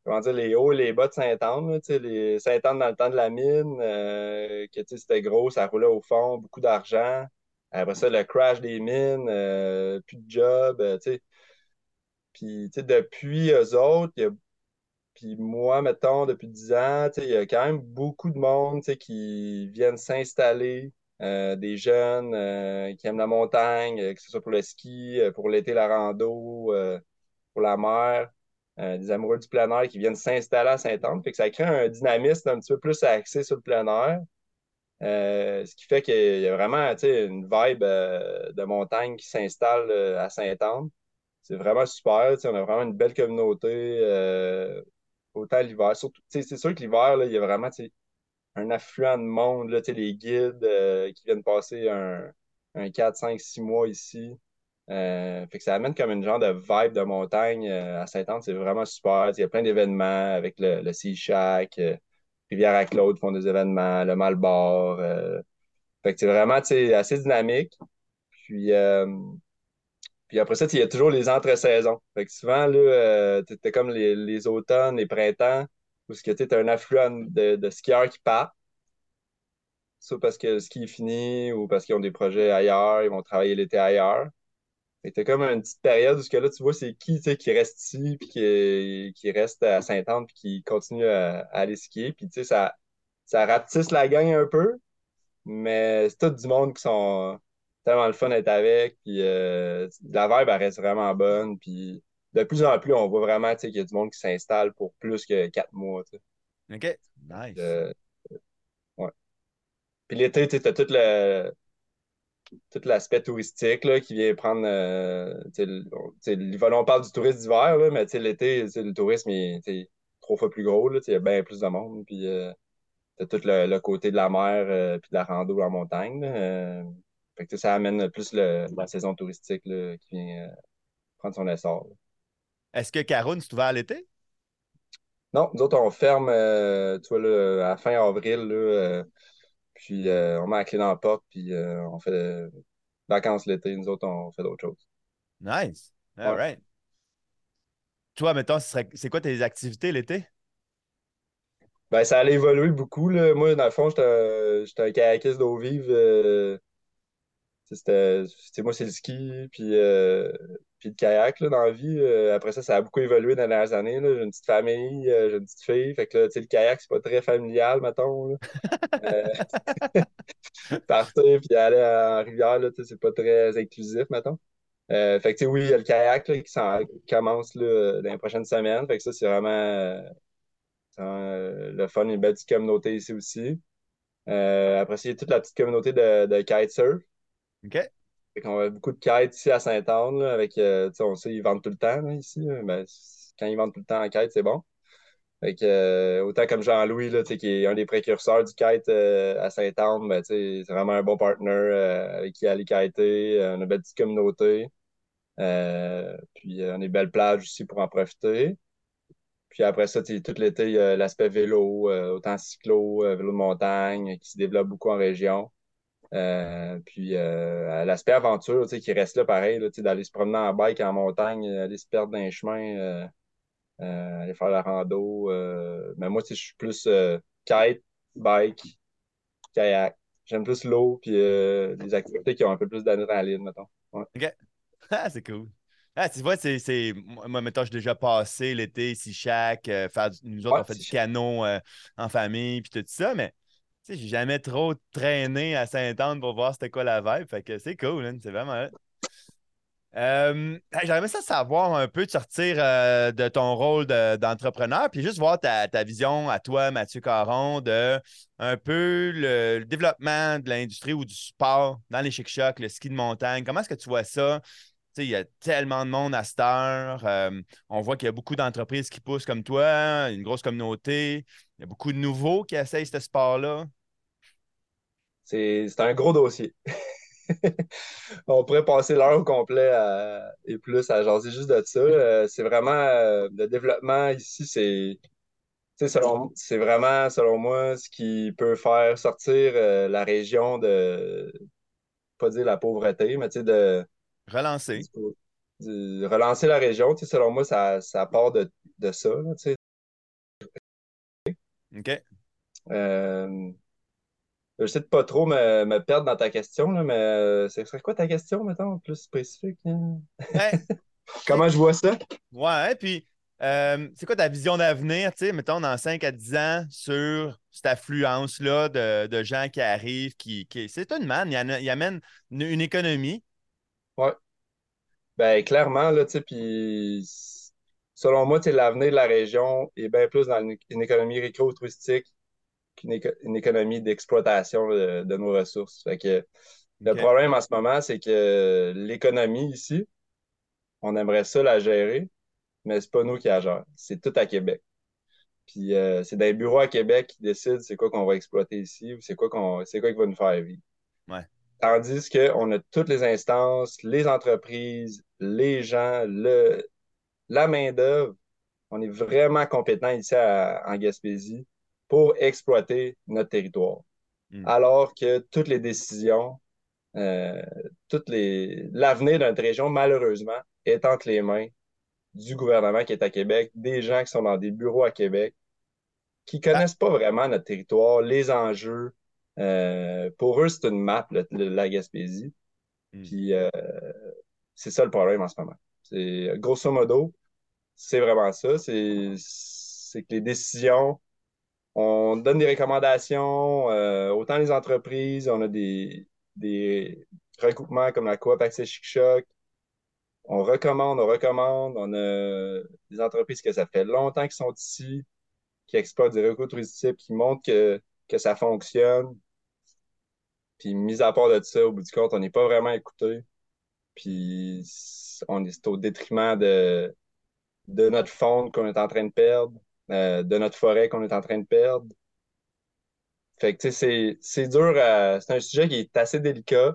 Speaker 2: comment dire, les hauts et les bas de Sainte-Anne, là, tu sais, les Sainte-Anne dans le temps de la mine, que tu sais, c'était gros, ça roulait au fond, beaucoup d'argent. Après ça, le crash des mines, plus de job, tu sais. Puis, tu sais, depuis eux autres, puis moi, mettons, depuis 10 ans, tu sais, il y a quand même beaucoup de monde, tu sais, qui viennent s'installer, des jeunes qui aiment la montagne, que ce soit pour le ski, pour l'été, la rando, pour la mer, des amoureux du plein air qui viennent s'installer à Saint-Anne. Fait que ça crée un dynamisme un petit peu plus axé sur le plein air. Ce qui fait qu'il y a vraiment tu sais, une vibe de montagne qui s'installe à Saint-Anne. C'est vraiment super. Tu sais, on a vraiment une belle communauté, autant l'hiver. Surtout, tu sais, c'est sûr que l'hiver, là, il y a vraiment tu sais, un affluent de monde, là, tu sais, les guides qui viennent passer un 4 5 6 mois ici. Fait que ça amène comme une genre de vibe de montagne à Saint-Anne. C'est vraiment super. Il y a plein d'événements avec le Sea Shack, Rivière-à-Claude font des événements, le Malbar. Fait que c'est vraiment tu sais, assez dynamique. Puis, puis après ça, il y a toujours les entre-saisons. Fait que souvent, là, t'as comme les automnes, les printemps, où tu as un affluent de skieurs qui partent. Soit parce que le ski est fini ou parce qu'ils ont des projets ailleurs, ils vont travailler l'été ailleurs. Fait que t'as comme une petite période où ce que là, tu vois, c'est qui, tu sais, qui reste ici, puis qui reste à Saint-Anne, puis qui continue à aller skier. Puis, tu sais, ça rapetisse la gang un peu, mais c'est tout du monde qui sont tellement le fun d'être avec. Puis, la vibe, elle reste vraiment bonne. Puis, de plus en plus, on voit vraiment, tu sais, qu'il y a du monde qui s'installe pour plus que 4 mois, tu sais.
Speaker 1: OK. Nice.
Speaker 2: Euh, ouais. Puis l'été, tu sais, t'as tout l'aspect touristique là, qui vient prendre. L'hiver, on parle du tourisme d'hiver, là, mais l'été, le tourisme est 3 fois plus gros. Là, il y a bien plus de monde. Puis t'as tout le côté de la mer puis de la rando en montagne. Là, fait que ça amène plus la saison touristique là, qui vient prendre son essor. Là.
Speaker 1: Est-ce que Caroune, c'est ouvert à l'été?
Speaker 2: Non, nous autres, on ferme tu vois, là, à fin avril. Là, puis on met la clé dans la porte, puis on fait vacances l'été. Nous autres, on fait d'autres choses.
Speaker 1: Nice. All
Speaker 2: Ouais.
Speaker 1: right. Toi, mettons, c'est quoi tes activités l'été?
Speaker 2: Ben, ça allait évoluer beaucoup, là. Moi, dans le fond, j'étais un kayakiste d'eau vive. Moi, c'est le ski, puis le kayak, là, dans la vie. Après ça, ça a beaucoup évolué dans les dernières années, là. J'ai une petite famille, j'ai une petite fille. Fait que, là, tu sais, le kayak, c'est pas très familial, mettons, là. Euh, Partir, puis aller en rivière, là, tu sais, c'est pas très inclusif, mettons. Fait que, tu sais, oui, il y a le kayak, là, qui commence, là, dans les prochaines semaines. Fait que ça, c'est vraiment, le fun, une belle petite communauté ici aussi. Après ça, il y a toute la petite communauté de kitesurf.
Speaker 1: OK.
Speaker 2: Fait qu'on a beaucoup de kites ici à Saint-Anne, là, avec, tu sais, on sait, ils vendent tout le temps, là, ici. Là. Ben, quand ils vendent tout le temps en kite, c'est bon. Fait que, autant comme Jean-Louis, là, tu sais, qui est un des précurseurs du kite à Saint-Anne, ben, tu sais, c'est vraiment un bon partner avec qui aller kiter. On a une belle petite communauté. Puis, on a des belles plages aussi pour en profiter. Puis après ça, tu sais, tout l'été, il y a l'aspect vélo, autant cyclo, vélo de montagne, qui se développe beaucoup en région. Puis l'aspect aventure, tu sais, qui reste là pareil, là, tu sais, d'aller se promener en bike en montagne, aller se perdre dans les chemins, aller faire la rando. Mais moi, tu sais, je suis plus kite, bike, kayak. J'aime plus l'eau, puis les activités qui ont un peu plus d'adrénaline, mettons. Ouais.
Speaker 1: OK. Ah, c'est cool. Ah, tu vois, moi, mettons, j'ai déjà passé l'été ici, chaque, nous autres,
Speaker 2: Ouais,
Speaker 1: on fait
Speaker 2: c'est
Speaker 1: du
Speaker 2: chiant.
Speaker 1: canot en famille, puis tout ça, mais tu sais, j'ai jamais trop traîné à Saint-Anne pour voir c'était quoi la vibe, fait que c'est cool, hein, c'est vraiment. J'aimerais ça savoir un peu de sortir de ton rôle d'entrepreneur, puis juste voir ta vision à toi, Mathieu Caron, de un peu le développement de l'industrie ou du sport dans les chic-chocs, le ski de montagne. Comment est-ce que tu vois ça? Tu sais, il y a tellement de monde à cette heure. On voit qu'il y a beaucoup d'entreprises qui poussent comme toi, une grosse communauté. Il y a beaucoup de nouveaux qui essayent ce sport-là.
Speaker 2: C'est un gros dossier. On pourrait passer l'heure au complet et plus à jaser juste de ça. C'est vraiment le développement ici, c'est vraiment, selon moi, ce qui peut faire sortir la région pas dire la pauvreté, mais
Speaker 1: Relancer.
Speaker 2: relancer la région. Selon moi, ça part de ça. Là,
Speaker 1: OK.
Speaker 2: Euh, je sais de pas trop me perdre dans ta question, là, mais ce serait quoi ta question, mettons, plus spécifique, hein?
Speaker 1: Ben,
Speaker 2: Comment je vois ça?
Speaker 1: ouais, puis c'est quoi ta vision d'avenir, tu sais, mettons, dans 5 à 10 ans, sur cette affluence-là de gens qui arrivent, c'est une manne, il amène une économie.
Speaker 2: Ouais. Ben, clairement, là, tu sais, puis selon moi, tu sais, l'avenir de la région est bien plus dans une économie récréo-touristique qu'une économie d'exploitation de nos ressources. Fait que le
Speaker 1: OK.
Speaker 2: problème en ce moment, c'est que l'économie ici, on aimerait ça la gérer, mais c'est pas nous qui la gère. C'est tout à Québec. Puis c'est des bureaux à Québec qui décident c'est quoi qu'on va exploiter ici ou c'est quoi qui va nous faire vivre.
Speaker 1: Ouais.
Speaker 2: Tandis qu'on a toutes les instances, les entreprises, les gens, la main-d'œuvre. On est vraiment compétent ici en Gaspésie pour exploiter notre territoire.
Speaker 1: Hmm.
Speaker 2: Alors que toutes les décisions, euh, l'avenir de notre région, malheureusement, est entre les mains du gouvernement qui est à Québec, des gens qui sont dans des bureaux à Québec, qui
Speaker 1: Ah,
Speaker 2: connaissent pas vraiment notre territoire, les enjeux. Pour eux, c'est une map, la Gaspésie.
Speaker 1: hmm.
Speaker 2: Puis c'est ça le problème en ce moment. C'est grosso modo, c'est vraiment ça. C'est que les décisions, on donne des recommandations, autant les entreprises, on a des regroupements comme la Coop Accès Chic Choc. On recommande. On a des entreprises que ça fait longtemps qu'ils sont ici, qui exploitent des recours touristiques, qui montrent que ça fonctionne. Puis, mis à part de ça, au bout du compte, on n'est pas vraiment écouté. Puis, c'est au détriment de notre faune qu'on est en train de perdre, de notre forêt qu'on est en train de perdre. Fait que, tu sais, c'est dur c'est un sujet qui est assez délicat,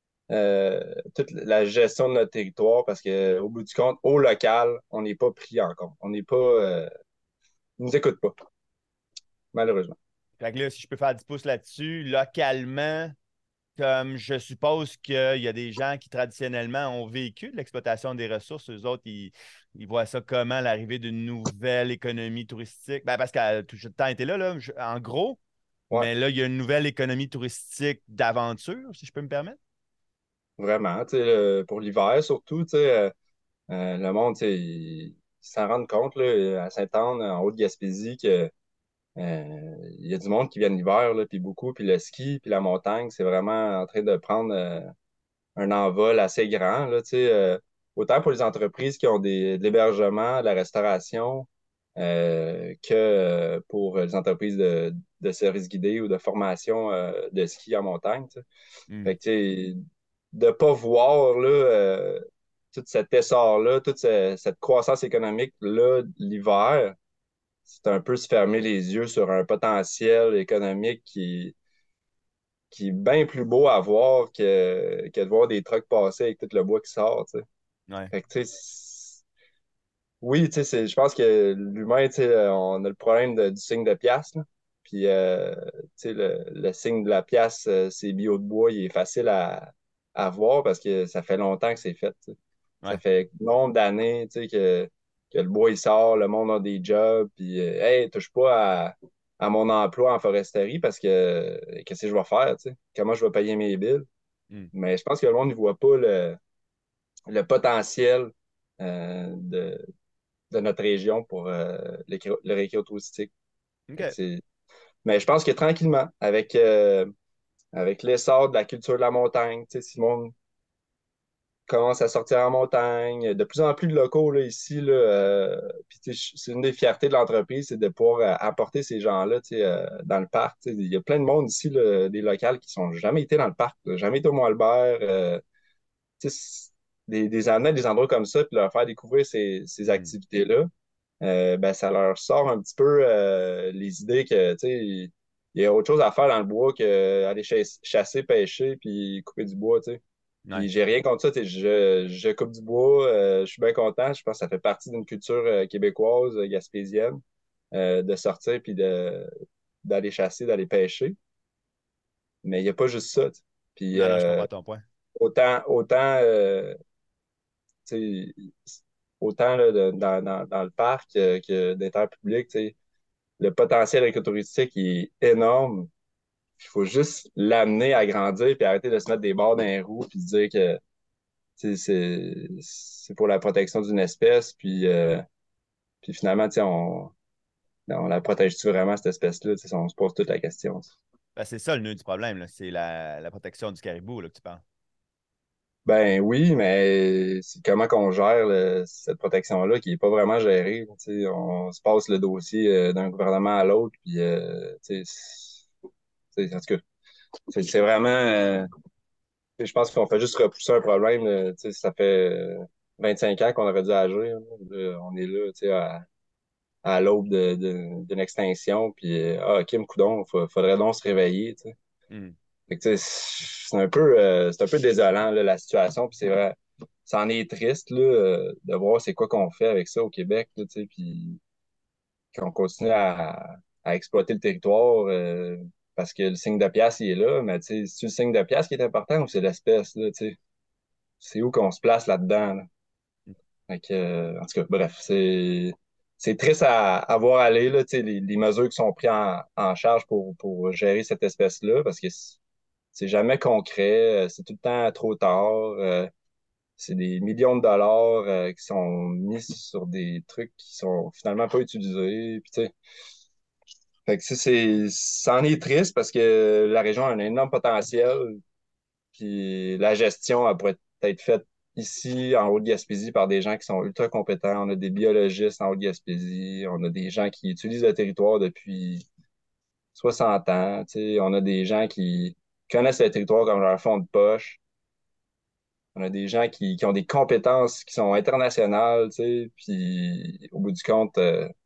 Speaker 2: toute la gestion de notre territoire, parce que au bout du compte, au local, on n'est pas pris en compte. On n'est pas, ils nous écoutent pas, malheureusement.
Speaker 1: Fait que là, si je peux faire 10 pouces là-dessus, localement, comme je suppose qu'il y a des gens qui traditionnellement ont vécu de l'exploitation des ressources, eux autres, ils voient ça comment l'arrivée d'une nouvelle économie touristique. Ben, parce qu'elle a tout le temps été là, en gros,
Speaker 2: Ouais,
Speaker 1: mais là, il y a une nouvelle économie touristique d'aventure, si je peux me permettre.
Speaker 2: vraiment. Tu sais, pour l'hiver, surtout, tu sais, le monde, tu sais, ils s'en rendent compte, là, à Sainte-Anne, en Haute-Gaspésie, que il y a du monde qui vient l'hiver, là, puis beaucoup, puis le ski, puis la montagne, c'est vraiment en train de prendre un envol assez grand, là, tu sais, autant pour les entreprises qui ont de l'hébergement, de la restauration, que pour les entreprises de services guidés ou de formation de ski en montagne, tu sais.
Speaker 1: Hmm.
Speaker 2: Fait que, tu sais, de pas voir, là, tout cet essor-là, cette croissance économique-là, l'hiver, c'est un peu se fermer les yeux sur un potentiel économique qui est bien plus beau à voir que de voir des trucks passer avec tout le bois qui sort, tu sais.
Speaker 1: Ouais,
Speaker 2: Fait que, tu sais, oui, tu sais, je pense que l'humain, tu sais, on a le problème du signe de pièce, là. Puis, tu sais, le signe de la pièce, c'est bio de bois, il est facile à voir parce que ça fait longtemps que c'est fait, tu sais. Ça
Speaker 1: ouais,
Speaker 2: fait nombre d'années, tu sais, que le bois, il sort, le monde a des jobs, puis, hey, touche pas à mon emploi en foresterie parce que qu'est-ce que je vais faire, tu sais? Comment je vais payer mes billes?
Speaker 1: hmm.
Speaker 2: Mais je pense que le monde ne voit pas le potentiel de notre région pour le récré touristique. Fait que
Speaker 1: OK.
Speaker 2: mais je pense que tranquillement, avec l'essor de la culture de la montagne, tu sais, si le monde commence à sortir en montagne, de plus en plus de locaux là, ici, là, puis tu sais, c'est une des fiertés de l'entreprise, c'est de pouvoir apporter ces gens-là tu sais, dans le parc. Tu sais. Il y a plein de monde ici, là, des locales qui sont jamais été dans le parc, là, jamais été au Mont-Albert. Tu sais, des amener à des endroits comme ça, puis leur faire découvrir ces
Speaker 1: Hmm.
Speaker 2: activités-là. Ben, ça leur sort un petit peu les idées que, tu sais, il y a autre chose à faire dans le bois qu'aller chasser, pêcher, puis couper du bois, tu sais.
Speaker 1: Ouais,
Speaker 2: Puis j'ai rien contre ça, tu sais, je coupe du bois, je suis bien content, je pense que ça fait partie d'une culture québécoise, gaspésienne, de sortir puis d'aller chasser, d'aller pêcher. Mais il n'y a pas juste ça, tu sais. Puis
Speaker 1: non, non, je comprends ton point.
Speaker 2: autant tu sais, autant là, dans le parc que d'être public, tu sais. le potentiel écotouristique est énorme. Il faut juste l'amener à grandir puis arrêter de se mettre des barres dans les roues puis se dire que c'est pour la protection d'une espèce. Puis finalement, on la protège-tu vraiment, cette espèce-là? On se pose toute la question.
Speaker 1: Ben, c'est ça le nœud du problème, là. C'est la protection du caribou là, que tu parles.
Speaker 2: Ben oui, mais c'est comment qu'on gère cette protection-là qui n'est pas vraiment gérée. On se passe le dossier d'un gouvernement à l'autre, puis en tout cas, c'est vraiment. Je pense qu'on fait juste repousser un problème. Ça fait 25 ans qu'on aurait dû agir. Là. On est là, à l'aube d'une extinction, puis Kim Coudon, faudrait donc se réveiller.
Speaker 1: Hmm.
Speaker 2: Fait que, tu sais, c'est un peu désolant, là, la situation, puis c'est vrai, ça en est triste, là, de voir c'est quoi qu'on fait avec ça au Québec, là, tu sais, puis qu'on continue à exploiter le territoire, parce que le signe de pièce, il est là, mais tu sais, c'est le signe de pièce qui est important ou c'est l'espèce, là, tu sais? C'est où qu'on se place là-dedans, là? Fait que, en tout cas, bref, c'est triste à voir aller, là, tu sais, les mesures qui sont prises en charge pour gérer cette espèce-là, parce que c'est jamais concret, c'est tout le temps trop tard. C'est des millions de dollars qui sont mis sur des trucs qui sont finalement pas utilisés. Puis, tu sais, fait que ça en est triste parce que la région a un énorme potentiel. Puis la gestion elle pourrait être faite ici, en Haute-Gaspésie, par des gens qui sont ultra compétents. On a des biologistes en Haute-Gaspésie. On a des gens qui utilisent le territoire depuis 60 ans. Tu sais, on a des gens qui connaissent le territoire comme leur fond de poche. On a des gens qui ont des compétences qui sont internationales, tu sais, puis au bout du compte,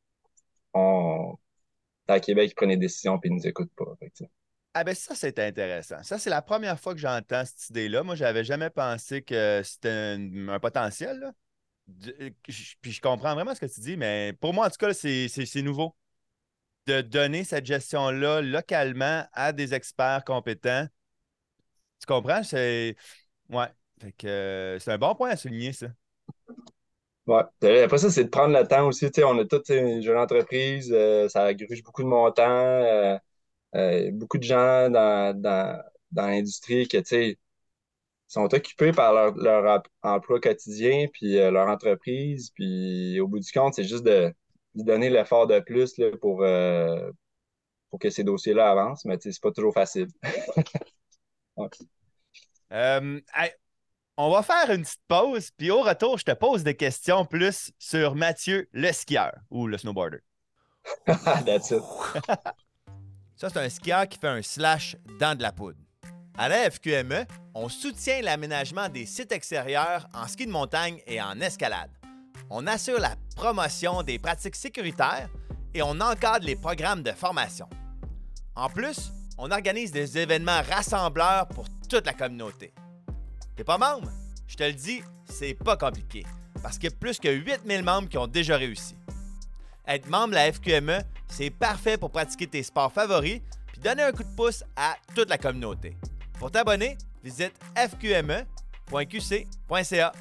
Speaker 2: on, à Québec, ils prennent des décisions puis ils nous écoutent pas. Fait que, tu sais.
Speaker 1: Ah ben ça, c'est intéressant. Ça, c'est la première fois que j'entends cette idée-là. Moi, j'avais jamais pensé que c'était un potentiel, là. Puis je comprends vraiment ce que tu dis, mais pour moi, en tout cas, là, c'est nouveau. De donner cette gestion-là localement à des experts compétents. Tu comprends? C'est. Ouais. Fait que c'est un bon point à souligner, ça.
Speaker 2: Ouais. Après ça, c'est de prendre le temps aussi. Tu sais, on a toutes une jeune entreprise, ça gruge beaucoup de montants, beaucoup de gens dans l'industrie que, tu sais, sont occupés par leur emploi quotidien, puis leur entreprise, puis au bout du compte, c'est juste de donner l'effort de plus là, pour que ces dossiers-là avancent, mais tu sais, c'est pas toujours facile. Ouais.
Speaker 1: Hey, on va faire une petite pause, puis au retour, je te pose des questions plus sur Mathieu, le skieur ou le snowboarder.
Speaker 2: That's it.
Speaker 1: Ça, c'est un skieur qui fait un slash dans de la poudre. À la FQME, on soutient l'aménagement des sites extérieurs en ski de montagne et en escalade. On assure la promotion des pratiques sécuritaires et on encadre les programmes de formation. En plus, on organise des événements rassembleurs pour toute la communauté. T'es pas membre? Je te le dis, c'est pas compliqué, parce qu'il y a plus que 8000 membres qui ont déjà réussi. Être membre de la FQME, c'est parfait pour pratiquer tes sports favoris puis donner un coup de pouce à toute la communauté. Pour t'abonner, visite fqme.qc.ca.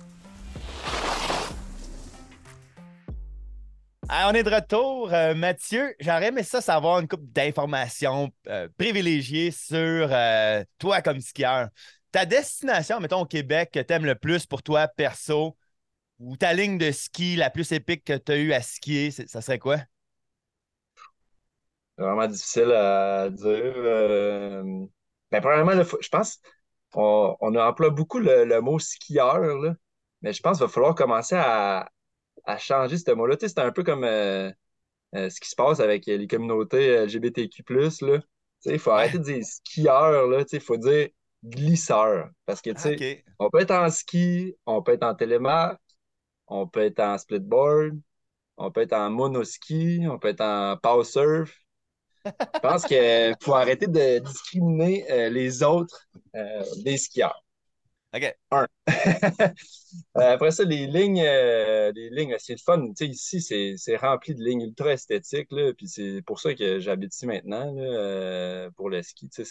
Speaker 1: On est de retour. Mathieu, j'aurais aimé ça savoir une couple d'informations privilégiées sur toi comme skieur. Ta destination, mettons au Québec, que tu aimes le plus pour toi perso, ou ta ligne de ski la plus épique que tu as eu à skier, ça serait quoi?
Speaker 2: C'est vraiment difficile à dire. Ben, premièrement, là, je pense on emploie beaucoup le mot skieur, là, mais je pense qu'il va falloir commencer à changer ce mot-là. Tu sais, c'est un peu comme ce qui se passe avec les communautés LGBTQ+, là. Tu sais, il faut arrêter
Speaker 1: Ouais.
Speaker 2: de dire skieur, là. Tu sais, il faut dire glisseur. Parce que, tu
Speaker 1: Ah,
Speaker 2: sais,
Speaker 1: OK.
Speaker 2: on peut être en ski, on peut être en télémark, on peut être en splitboard, on peut être en monoski, on peut être en power surf. Je pense qu'il faut arrêter de discriminer les autres des skieurs.
Speaker 1: OK.
Speaker 2: Un. Après ça, les lignes, c'est le fun. Tu sais, ici, c'est rempli de lignes ultra esthétiques, là, puis c'est pour ça que j'habite ici maintenant, là, pour le ski. Tu sais,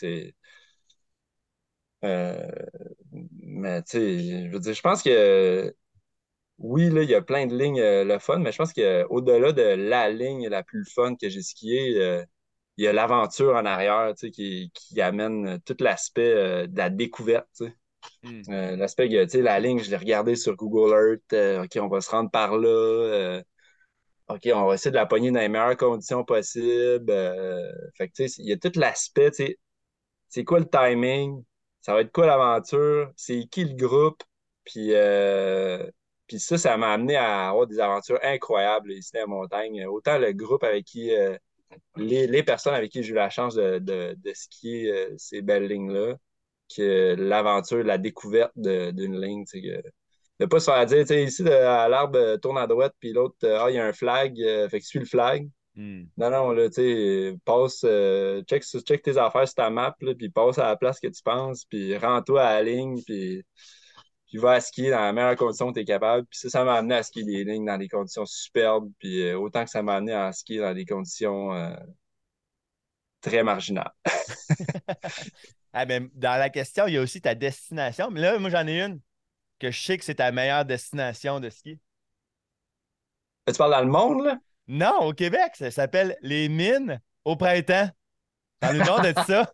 Speaker 2: euh, mais tu sais, je veux dire, je pense que Oui, là, il y a plein de lignes le fun, mais je pense qu'au-delà de la ligne la plus fun que j'ai skiée, il y a l'aventure en arrière, tu sais, qui amène tout l'aspect de la découverte, tu sais.
Speaker 1: Hmm.
Speaker 2: L'aspect que, tu sais, la ligne, je l'ai regardée sur Google Earth, OK, on va se rendre par là, OK, on va essayer de la pogner dans les meilleures conditions possibles. Fait que, tu sais, il y a tout l'aspect, tu sais, c'est quoi le timing, ça va être quoi l'aventure, c'est qui le groupe, puis, puis ça m'a amené à avoir des aventures incroyables ici dans la montagne. Autant le groupe avec qui, les personnes avec qui j'ai eu la chance de skier ces belles lignes-là, que l'aventure, la découverte d'une ligne, tu sais, de pas se faire dire, tu sais, ici, à l'arbre, tourne à droite, puis l'autre, il y a un flag, fait que suis le flag.
Speaker 1: Hmm.
Speaker 2: Non, non, là, tu sais, passe, check tes affaires sur ta map, là, puis passe à la place que tu penses, puis rends-toi à la ligne, puis va à skier dans la meilleure condition que tu es capable. Puis ça m'a amené à skier des lignes dans des conditions superbes, puis autant que ça m'a amené à skier dans des conditions très marginales.
Speaker 1: Ah, ben, dans la question, il y a aussi ta destination. Mais là, moi, j'en ai une que je sais que c'est ta meilleure destination de ski.
Speaker 2: Tu parles dans le monde, là?
Speaker 1: Non, au Québec, ça s'appelle les mines au printemps. T'en as une autre de ça?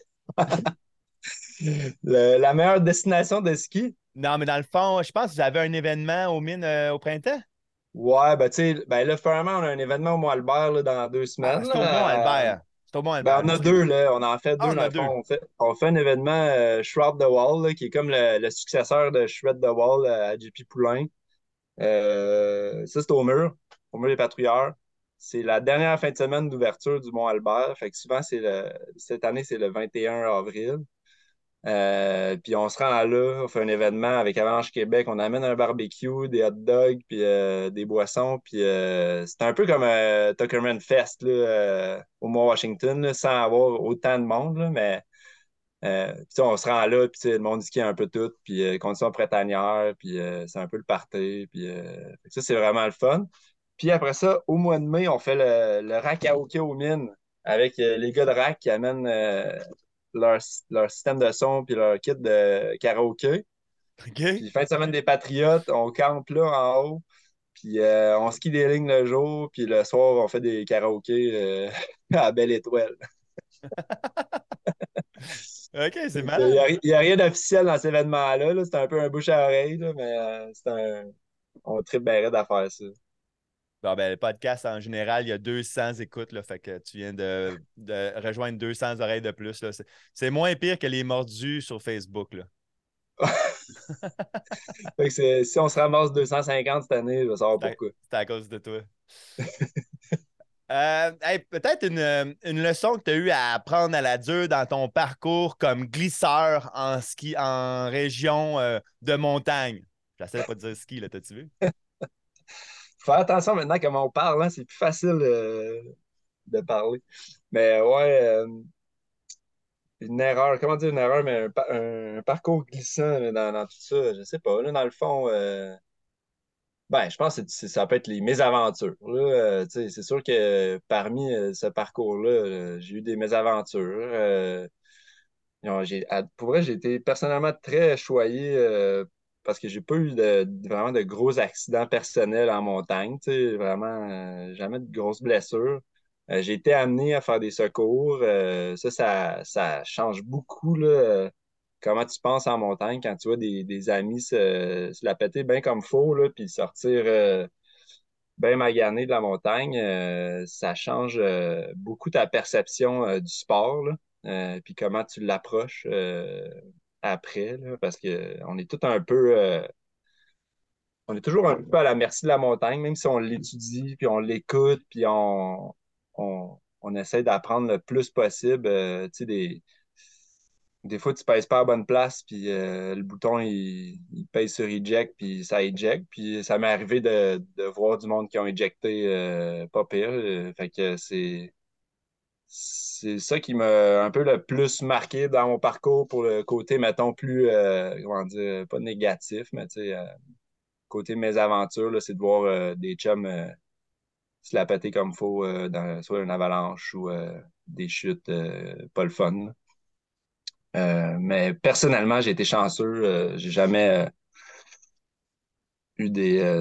Speaker 2: La meilleure destination de ski?
Speaker 1: Non, mais dans le fond, je pense que vous avez un événement aux mines au printemps.
Speaker 2: Ouais, ben, tu sais, ben là, finalement, on a un événement au Mont-Albert là, dans 2 semaines.
Speaker 1: Ah, c'est au
Speaker 2: Là,
Speaker 1: Mont-Albert. C'est au
Speaker 2: ben,
Speaker 1: Mont-Albert,
Speaker 2: on a
Speaker 1: excuse.
Speaker 2: deux, là. On en fait
Speaker 1: Ah,
Speaker 2: deux,
Speaker 1: on
Speaker 2: dans
Speaker 1: a
Speaker 2: le fond.
Speaker 1: deux.
Speaker 2: On fait un événement Shroud the Wall, là, qui est comme le successeur de Shred the Wall à JP Poulain. Ça, c'est au mur des patrouilleurs. C'est la dernière fin de semaine d'ouverture du Mont-Albert. Fait que souvent, cette année, c'est le 21 avril. Puis on se rend là, on fait un événement avec Avalanche Québec, on amène un barbecue, des hot dogs, puis des boissons, puis c'est un peu comme Tuckerman Fest là, au Mont-Washington, là, sans avoir autant de monde, là, mais puis, tu sais, on se rend là, puis tu sais, le monde skie un peu tout, puis conditions printanières, puis c'est un peu le party, puis fait que ça, c'est vraiment le fun. Puis après ça, au mois de mai, on fait le rack à hockey aux mines avec les gars de rack qui amènent leur, leur système de son puis leur kit de karaoké.
Speaker 1: OK?
Speaker 2: Puis fin de semaine des Patriotes, on campe là en haut, puis on skie des lignes le jour, puis le soir, on fait des karaokés à Belle Étoile.
Speaker 1: OK, c'est
Speaker 2: Il
Speaker 1: malade.
Speaker 2: n'y a rien d'officiel dans cet événement-là. Là. C'est un peu un bouche à oreille, là, mais on tripe bien raide à faire ça.
Speaker 1: Bon, ben, le podcast, en général, il y a 200 écoutes, là, fait que tu viens de rejoindre 200 oreilles de plus, là. C'est moins pire que les mordus sur Facebook, là.
Speaker 2: Fait que si on se ramasse 250 cette année, je vais savoir pourquoi.
Speaker 1: C'est à cause de toi. Hey, peut-être une leçon que tu as eu à apprendre à la dure dans ton parcours comme glisseur en ski en région de montagne. J'essaie de pas te dire ski, là, t'as-tu vu?
Speaker 2: Faut faire attention maintenant comment on parle, hein, c'est plus facile de parler. Mais ouais, une erreur, comment dire une erreur, mais un parcours glissant là, dans tout ça, je sais pas. Là, dans le fond, ben, je pense que ça peut être les mésaventures. Là. Tu sais, c'est sûr que parmi ce parcours-là, j'ai eu des mésaventures. Non, pour vrai, j'ai été personnellement très choyé parce que j'ai pas eu vraiment de gros accidents personnels en montagne. Tu sais, vraiment, jamais de grosses blessures. J'ai été amené à faire des secours. Ça change beaucoup là, comment tu penses en montagne quand tu vois des amis se la péter bien comme faux, là, puis sortir bien maganés de la montagne. Ça change beaucoup ta perception du sport, là, puis comment tu l'approches après, là, parce que on est toujours un peu à la merci de la montagne, même si on l'étudie, puis on l'écoute, puis on essaie d'apprendre le plus possible. Tu sais, des fois, tu pèses pas à la bonne place, puis le bouton, il pèse sur eject, puis ça eject. Puis ça m'est arrivé de voir du monde qui ont éjecté pas pire. Fait que c'est ça qui m'a un peu le plus marqué dans mon parcours pour le côté, mettons, plus, comment dire, pas négatif, mais tu sais, côté mes aventures, là, c'est de voir des chums se la péter comme faut dans soit une avalanche ou des chutes pas le fun. Là. Mais personnellement, j'ai été chanceux. J'ai jamais eu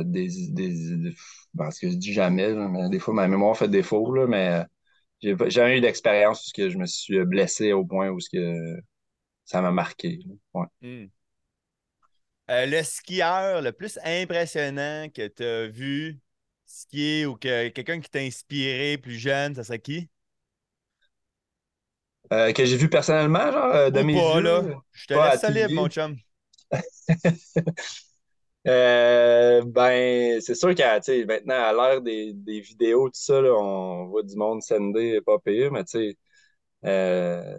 Speaker 2: parce que je dis jamais, là, mais des fois, ma mémoire fait défaut, là, mais j'ai jamais eu d'expérience où ce que je me suis blessé au point où ce que ça m'a marqué, là. Ouais.
Speaker 1: Hmm. Le skieur le plus impressionnant que tu as vu skier ou que quelqu'un qui t'a inspiré plus jeune, ça serait qui?
Speaker 2: Que j'ai vu personnellement, genre, de
Speaker 1: Ou
Speaker 2: mes
Speaker 1: pas,
Speaker 2: yeux,
Speaker 1: là? Je te
Speaker 2: pas
Speaker 1: laisse
Speaker 2: à
Speaker 1: ça libre, mon
Speaker 2: TV.
Speaker 1: chum.
Speaker 2: Ben, c'est sûr qu'à, tu sais, maintenant, à l'ère des vidéos, tout ça, là, on voit du monde s'ender pas pire, mais tu sais, euh,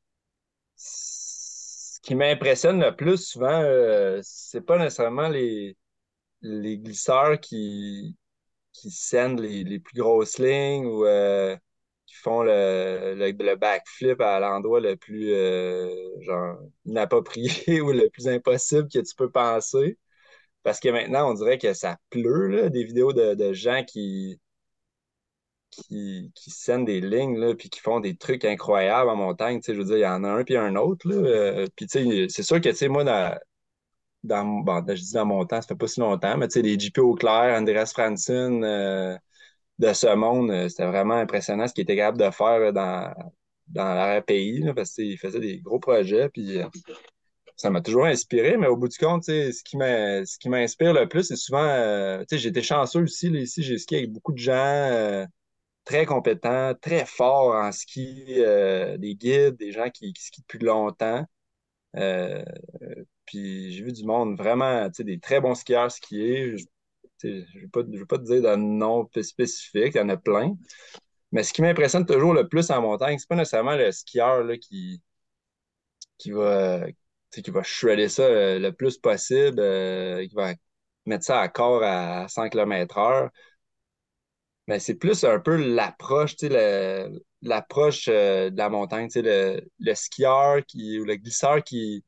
Speaker 2: ce qui m'impressionne le plus souvent, c'est pas nécessairement les glisseurs qui scènent les plus grosses lignes ou qui font le backflip à l'endroit le plus genre inapproprié ou le plus impossible que tu peux penser. Parce que maintenant, on dirait que ça pleut, là, des vidéos de gens qui scènent des lignes, là, puis qui font des trucs incroyables en montagne. Tu sais, je veux dire, il y en a un puis un autre, là. Puis, tu sais, c'est sûr que, tu sais, moi, bon, je dis dans mon temps, ça fait pas si longtemps, mais tu sais, les JP Auclair, Andreas Franzen, de ce monde, c'était vraiment impressionnant ce qu'il était capable de faire là, dans l'arrière-pays, là, parce qu'il faisait des gros projets, puis ça m'a toujours inspiré, mais au bout du compte, tu sais, ce qui m'inspire le plus, c'est souvent, tu sais, j'ai été chanceux aussi, là, ici, j'ai skié avec beaucoup de gens très compétents, très forts en ski, des guides, des gens qui skient depuis longtemps. Euh, Puis j'ai vu du monde vraiment, tu sais, des très bons skieurs skier. Tu sais, je vais pas te dire de nom spécifique, il y en a plein. Mais ce qui m'impressionne toujours le plus en montagne, c'est pas nécessairement le skieur là, qui va, tu sais, qui va shredder ça le plus possible, qui va mettre ça à corps à 100 km/h. Mais c'est plus un peu l'approche, tu sais, l'approche de la montagne, tu sais, le skieur ou le glisseur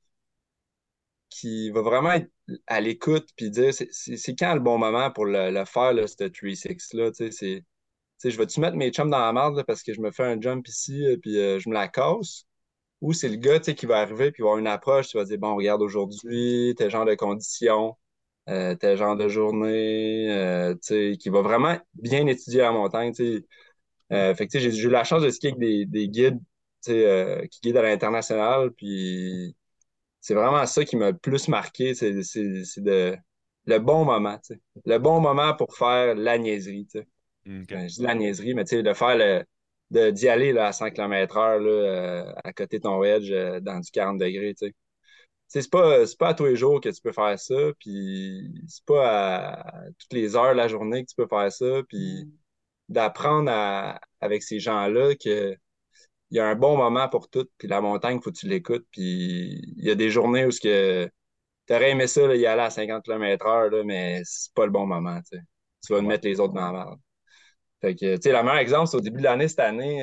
Speaker 2: qui va vraiment être à l'écoute puis dire c'est quand le bon moment pour le faire, là, ce 3-6-là, tu sais, tu sais, je vais-tu mettre mes chums dans la merde là, parce que je me fais un jump ici puis je me la casse? Ou c'est le gars tu sais, qui va arriver puis il va avoir une approche, tu vas dire, bon, regarde, aujourd'hui, tel genre de conditions, tel genre de journée, tu sais, qui va vraiment bien étudier la montagne. Tu sais. Fait que, tu sais, j'ai eu la chance de skier avec des guides tu sais, qui guident à l'international, puis c'est vraiment ça qui m'a le plus marqué, c'est le bon moment, tu sais. Le bon moment pour faire la niaiserie, tu sais.
Speaker 1: OK.
Speaker 2: Je dis la niaiserie, mais tu sais, d'y aller là, à 100 km/h là, à côté de ton wedge dans du 40 degrés, tu sais. Tu sais, c'est pas à tous les jours que tu peux faire ça, puis c'est pas à toutes les heures de la journée que tu peux faire ça, puis d'apprendre avec ces gens-là que il y a un bon moment pour tout, puis la montagne, il faut que tu l'écoutes, puis il y a des journées où tu aurais aimé ça, là, y aller à 50 km/h, là, mais c'est pas le bon moment, tu sais. Tu vas
Speaker 1: Ouais.
Speaker 2: mettre les autres dans la merde. Fait que, tu sais, le meilleur exemple, c'est au début de l'année cette année.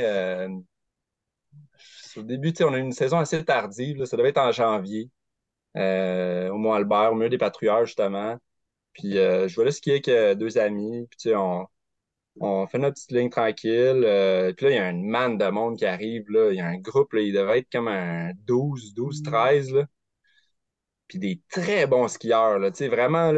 Speaker 2: Au début, tu sais, on a eu une saison assez tardive, là, ça devait être en janvier, au Mont-Albert, au milieu des patrouilleurs, justement. Puis je vais là skier avec deux amis, puis tu sais, on fait notre petite ligne tranquille. Puis là, il y a une manne de monde qui arrive, là. Il y a un groupe, là, il devait être comme un 12, 13 là. Puis des très bons skieurs, là. Tu sais, vraiment, là,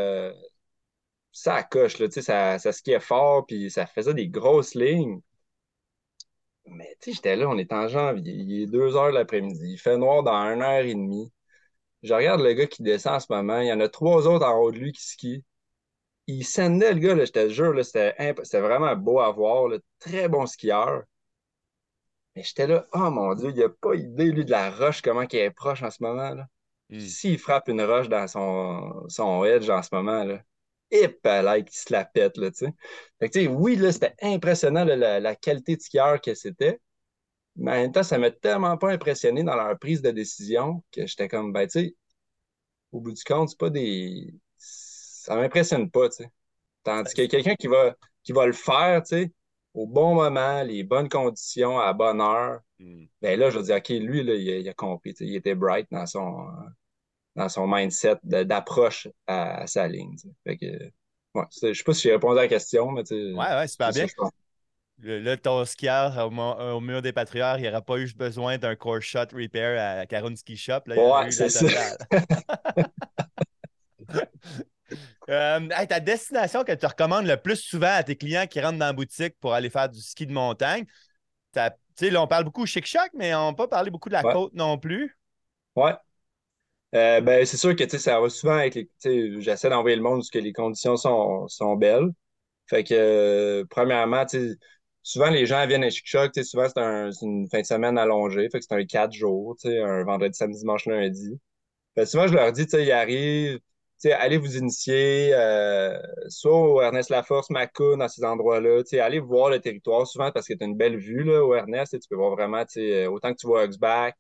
Speaker 2: ça coche, là. Tu sais, ça skiait fort, puis ça faisait des grosses lignes. Mais tu sais, j'étais là, on est en janvier, il est 2 heures de l'après-midi, il fait noir dans 1 heure et demie. Je regarde le gars qui descend en ce moment, il y en a trois autres en haut de lui qui skient. Il scènait le gars, là, je te jure, là, c'était vraiment beau à voir, là. Très bon skieur. Mais j'étais là, oh mon Dieu, il a pas idée, lui, de la roche, comment il est proche en ce moment, là. Puis
Speaker 1: Hmm.
Speaker 2: s'il frappe une roche dans son edge en ce moment, là, hip, là, qu'il se la pète, là, tu sais. Fait que, tu sais, oui, là, c'était impressionnant, là, la qualité de skieur que c'était. Mais en même temps, ça m'a tellement pas impressionné dans leur prise de décision que j'étais comme, ben, tu sais, au bout du compte, c'est pas des. Ça m'impressionne pas, tu sais. Tandis que quelqu'un qui va le faire, tu sais, au bon moment, les bonnes conditions, à la bonne heure,
Speaker 1: Hmm.
Speaker 2: ben là, je veux dire, OK, lui, là, il a compris, tu sais, il était bright dans son mindset d'approche à sa ligne, tu sais. Fait que, ouais, je sais pas si j'ai répondu à la question, mais tu sais,
Speaker 1: Ouais, ouais, super
Speaker 2: c'est ça,
Speaker 1: bien.
Speaker 2: je pense.
Speaker 1: Là, ton skieur au mur des patrouilleurs, il n'aurait pas eu besoin d'un core shot repair à la Caroune Ski Shop. Là, il aurait
Speaker 2: Ouais,
Speaker 1: eu
Speaker 2: c'est
Speaker 1: la
Speaker 2: ça.
Speaker 1: totale. Hey, ta destination que tu recommandes le plus souvent à tes clients qui rentrent dans la boutique pour aller faire du ski de montagne, tu sais, là, on parle beaucoup Chic-Choc, mais on n'a pas parlé beaucoup de la
Speaker 2: Ouais,
Speaker 1: côte non plus.
Speaker 2: ouais. Ben, c'est sûr que tu sais, ça va souvent avec les. Tu sais, j'essaie d'envoyer le monde parce que les conditions sont belles. Fait que, premièrement, tu sais, souvent les gens viennent à Chic-Choc, tu sais, souvent c'est une fin de semaine allongée. Fait que c'est un 4 jours, tu sais, un vendredi, samedi, dimanche, lundi. Fait que souvent, je leur dis, tu sais, ils arrivent, tu sais, allez vous initier, soit au Ernest Laforce, Macun, dans ces endroits-là, tu sais, allez voir le territoire, souvent parce que tu as une belle vue, là, au Ernest, tu peux voir vraiment, tu sais, autant que tu vois Huxback,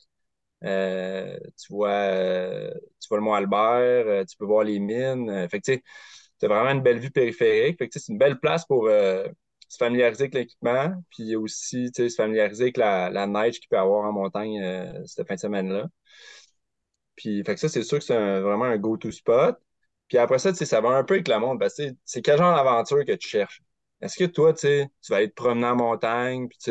Speaker 2: tu vois le Mont-Albert, tu peux voir les mines. Fait que, tu sais, tu as vraiment une belle vue périphérique. Fait que, tu sais, c'est une belle place pour se familiariser avec l'équipement, puis aussi, tu sais, se familiariser avec la neige qu'il peut y avoir en montagne cette fin de semaine-là. Puis, fait que ça, c'est sûr que c'est vraiment un go-to spot. Puis après ça, tu sais, ça va un peu avec le monde. Parce que tu sais, c'est quel genre d'aventure que tu cherches? Est-ce que toi, tu sais, tu vas aller te promener en montagne, puis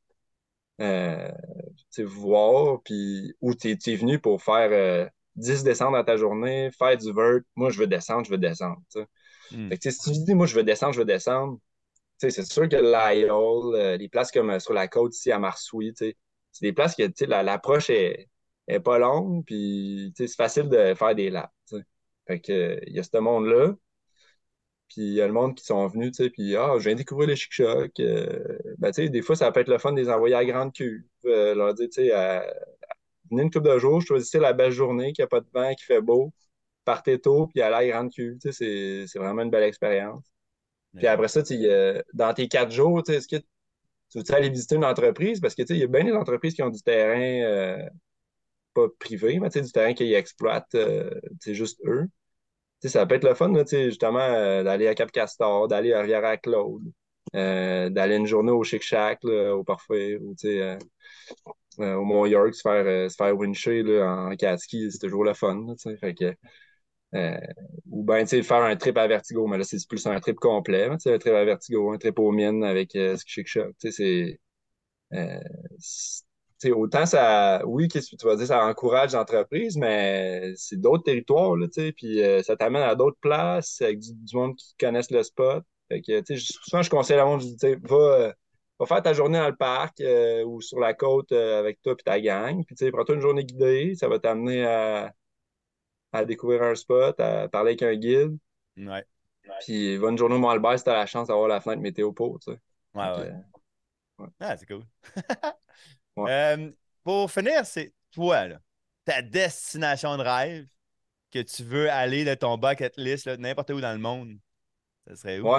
Speaker 2: euh, tu sais, voir, puis ou tu es venu pour faire 10 descentes dans ta journée, faire du vert. Moi, je veux descendre, tu sais.
Speaker 1: Hmm.
Speaker 2: Fait que, tu sais, si tu dis, moi, je veux descendre, tu sais, c'est sûr que l'Isle, les places comme sur la côte ici à Marsouilles, tu sais, c'est des places que, tu sais, l'approche est pas longue, puis, tu sais, c'est facile de faire des laps, tu sais. Fait que, il y a ce monde-là, puis il y a le monde qui sont venus, tu sais, puis, je viens de découvrir les Chic-Chocs. Ben, tu sais, des fois, ça peut être le fun de les envoyer à grande queue, leur dire, tu sais, venez une couple de jours, choisissez la belle journée, qu'il n'y a pas de vent, qu'il fait beau, partez tôt, puis allez à grande queue, tu sais, c'est vraiment une belle expérience. Puis
Speaker 1: OK.
Speaker 2: après ça, tu sais, dans tes 4 jours, tu sais, est-ce que tu veux aller visiter une entreprise? Parce que, tu sais, il y a bien des entreprises qui ont du terrain, pas privé, mais tu sais, du terrain qu'ils exploitent, c'est juste eux. Tu sais, ça peut être le fun, là, tu sais, justement, d'aller à Cap-Castor, d'aller à Rivière-à-Claude, d'aller une journée au Chic Shack, là, au Parfait, ou, tu sais, au Mont-York, se faire wincher, là, en ski, c'est toujours le fun, là, tu sais. Fait que, euh, ou bien, tu sais, faire un trip à Vertigo, mais là, c'est plus un trip complet, hein, tu sais, un trip à Vertigo, un trip aux mines avec Ski Chic Shack, tu sais, euh, tu sais, autant ça, oui, qu'est-ce que tu vas dire, ça encourage l'entreprise, mais c'est d'autres territoires, là, tu sais, puis ça t'amène à d'autres places avec du monde qui connaissent le spot. Fait que, tu sais, souvent, je conseille à la monde, je dis, tu sais, va faire ta journée dans le parc ou sur la côte avec toi et ta gang, puis, tu sais, prends-toi une journée guidée, ça va t'amener à découvrir un spot, à parler avec un guide,
Speaker 1: Ouais.
Speaker 2: puis va une journée au Mont-Albert si t'as la chance d'avoir la fenêtre météo pour, tu sais.
Speaker 1: Ouais,
Speaker 2: Fait que,
Speaker 1: ouais.
Speaker 2: ouais,
Speaker 1: Ah, c'est cool.
Speaker 2: ouais.
Speaker 1: Pour finir, c'est toi, là, ta destination de rêve que tu veux aller de ton bucket list, là, n'importe où dans le monde. Ça serait où?
Speaker 2: Ouais.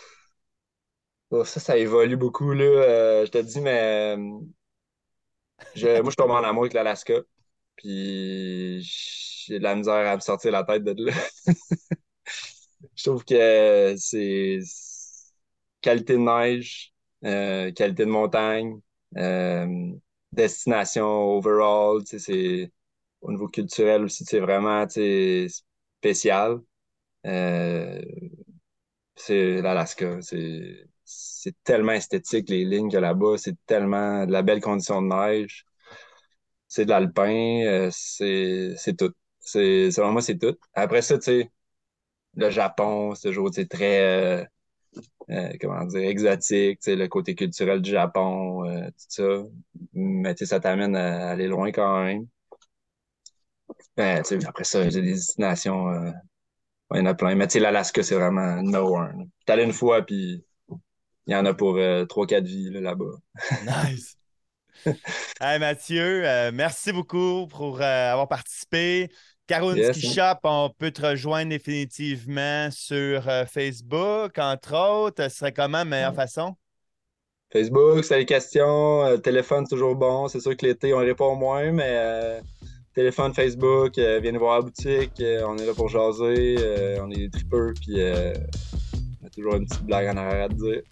Speaker 2: Ça évolue beaucoup, là. Je te dis, mais moi, je tombe en amour avec l'Alaska. Puis j'ai de la misère à me sortir la tête de là. Je trouve que c'est qualité de neige, qualité de montagne, euh, destination overall, tu sais, c'est au niveau culturel aussi, c'est vraiment, tu sais, spécial. Euh, c'est l'Alaska. C'est tellement esthétique, les lignes qu'il y a là-bas. C'est tellement de la belle condition de neige. C'est de l'alpin. C'est tout. Selon moi, c'est tout. Après ça, tu sais, le Japon, c'est toujours, tu sais, très, comment dire, exotique. Tu sais, le côté culturel du Japon, tout ça. Mais, tu sais, ça t'amène à aller loin quand même. Tu sais, après ça, j'ai des destinations, il y en a plein. Mais, tu sais, l'Alaska, c'est vraiment numéro un, là. T'es allé une fois, puis il y en a pour 3-4 vies là, là-bas.
Speaker 1: Nice! Hey Mathieu, merci beaucoup pour avoir participé. Karunski
Speaker 2: Yes.
Speaker 1: Shop, on peut te rejoindre définitivement sur Facebook, entre autres. Ce serait comment la meilleure façon?
Speaker 2: Facebook, c'est les questions. Téléphone, toujours bon. C'est sûr que l'été, on répond moins, mais téléphone, Facebook, viens nous voir à la boutique. On est là pour jaser. On est des tripeux, puis on a toujours une petite blague en arrière à te dire.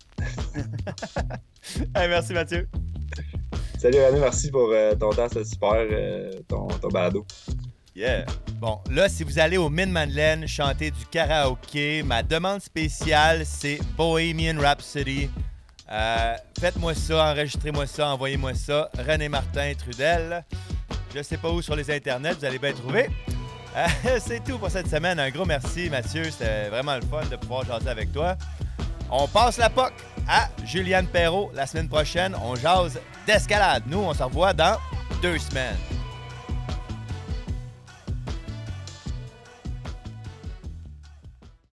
Speaker 1: Hey, merci Mathieu.
Speaker 2: Salut René, merci pour ton temps. C'était super, ton balado.
Speaker 1: Yeah. Bon, là, si vous allez au Mid-Madeleine chanter du karaoké, ma demande spéciale, c'est Bohemian Rhapsody. Faites-moi ça, enregistrez-moi ça, envoyez-moi ça. René Martin Trudel. Je sais pas où sur les internets, vous allez bien trouver. C'est tout pour cette semaine. Un gros merci, Mathieu. C'était vraiment le fun de pouvoir jaser avec toi. On passe la POC à Juliane Perrault la semaine prochaine. On jase d'escalade. Nous, on se revoit dans 2 semaines.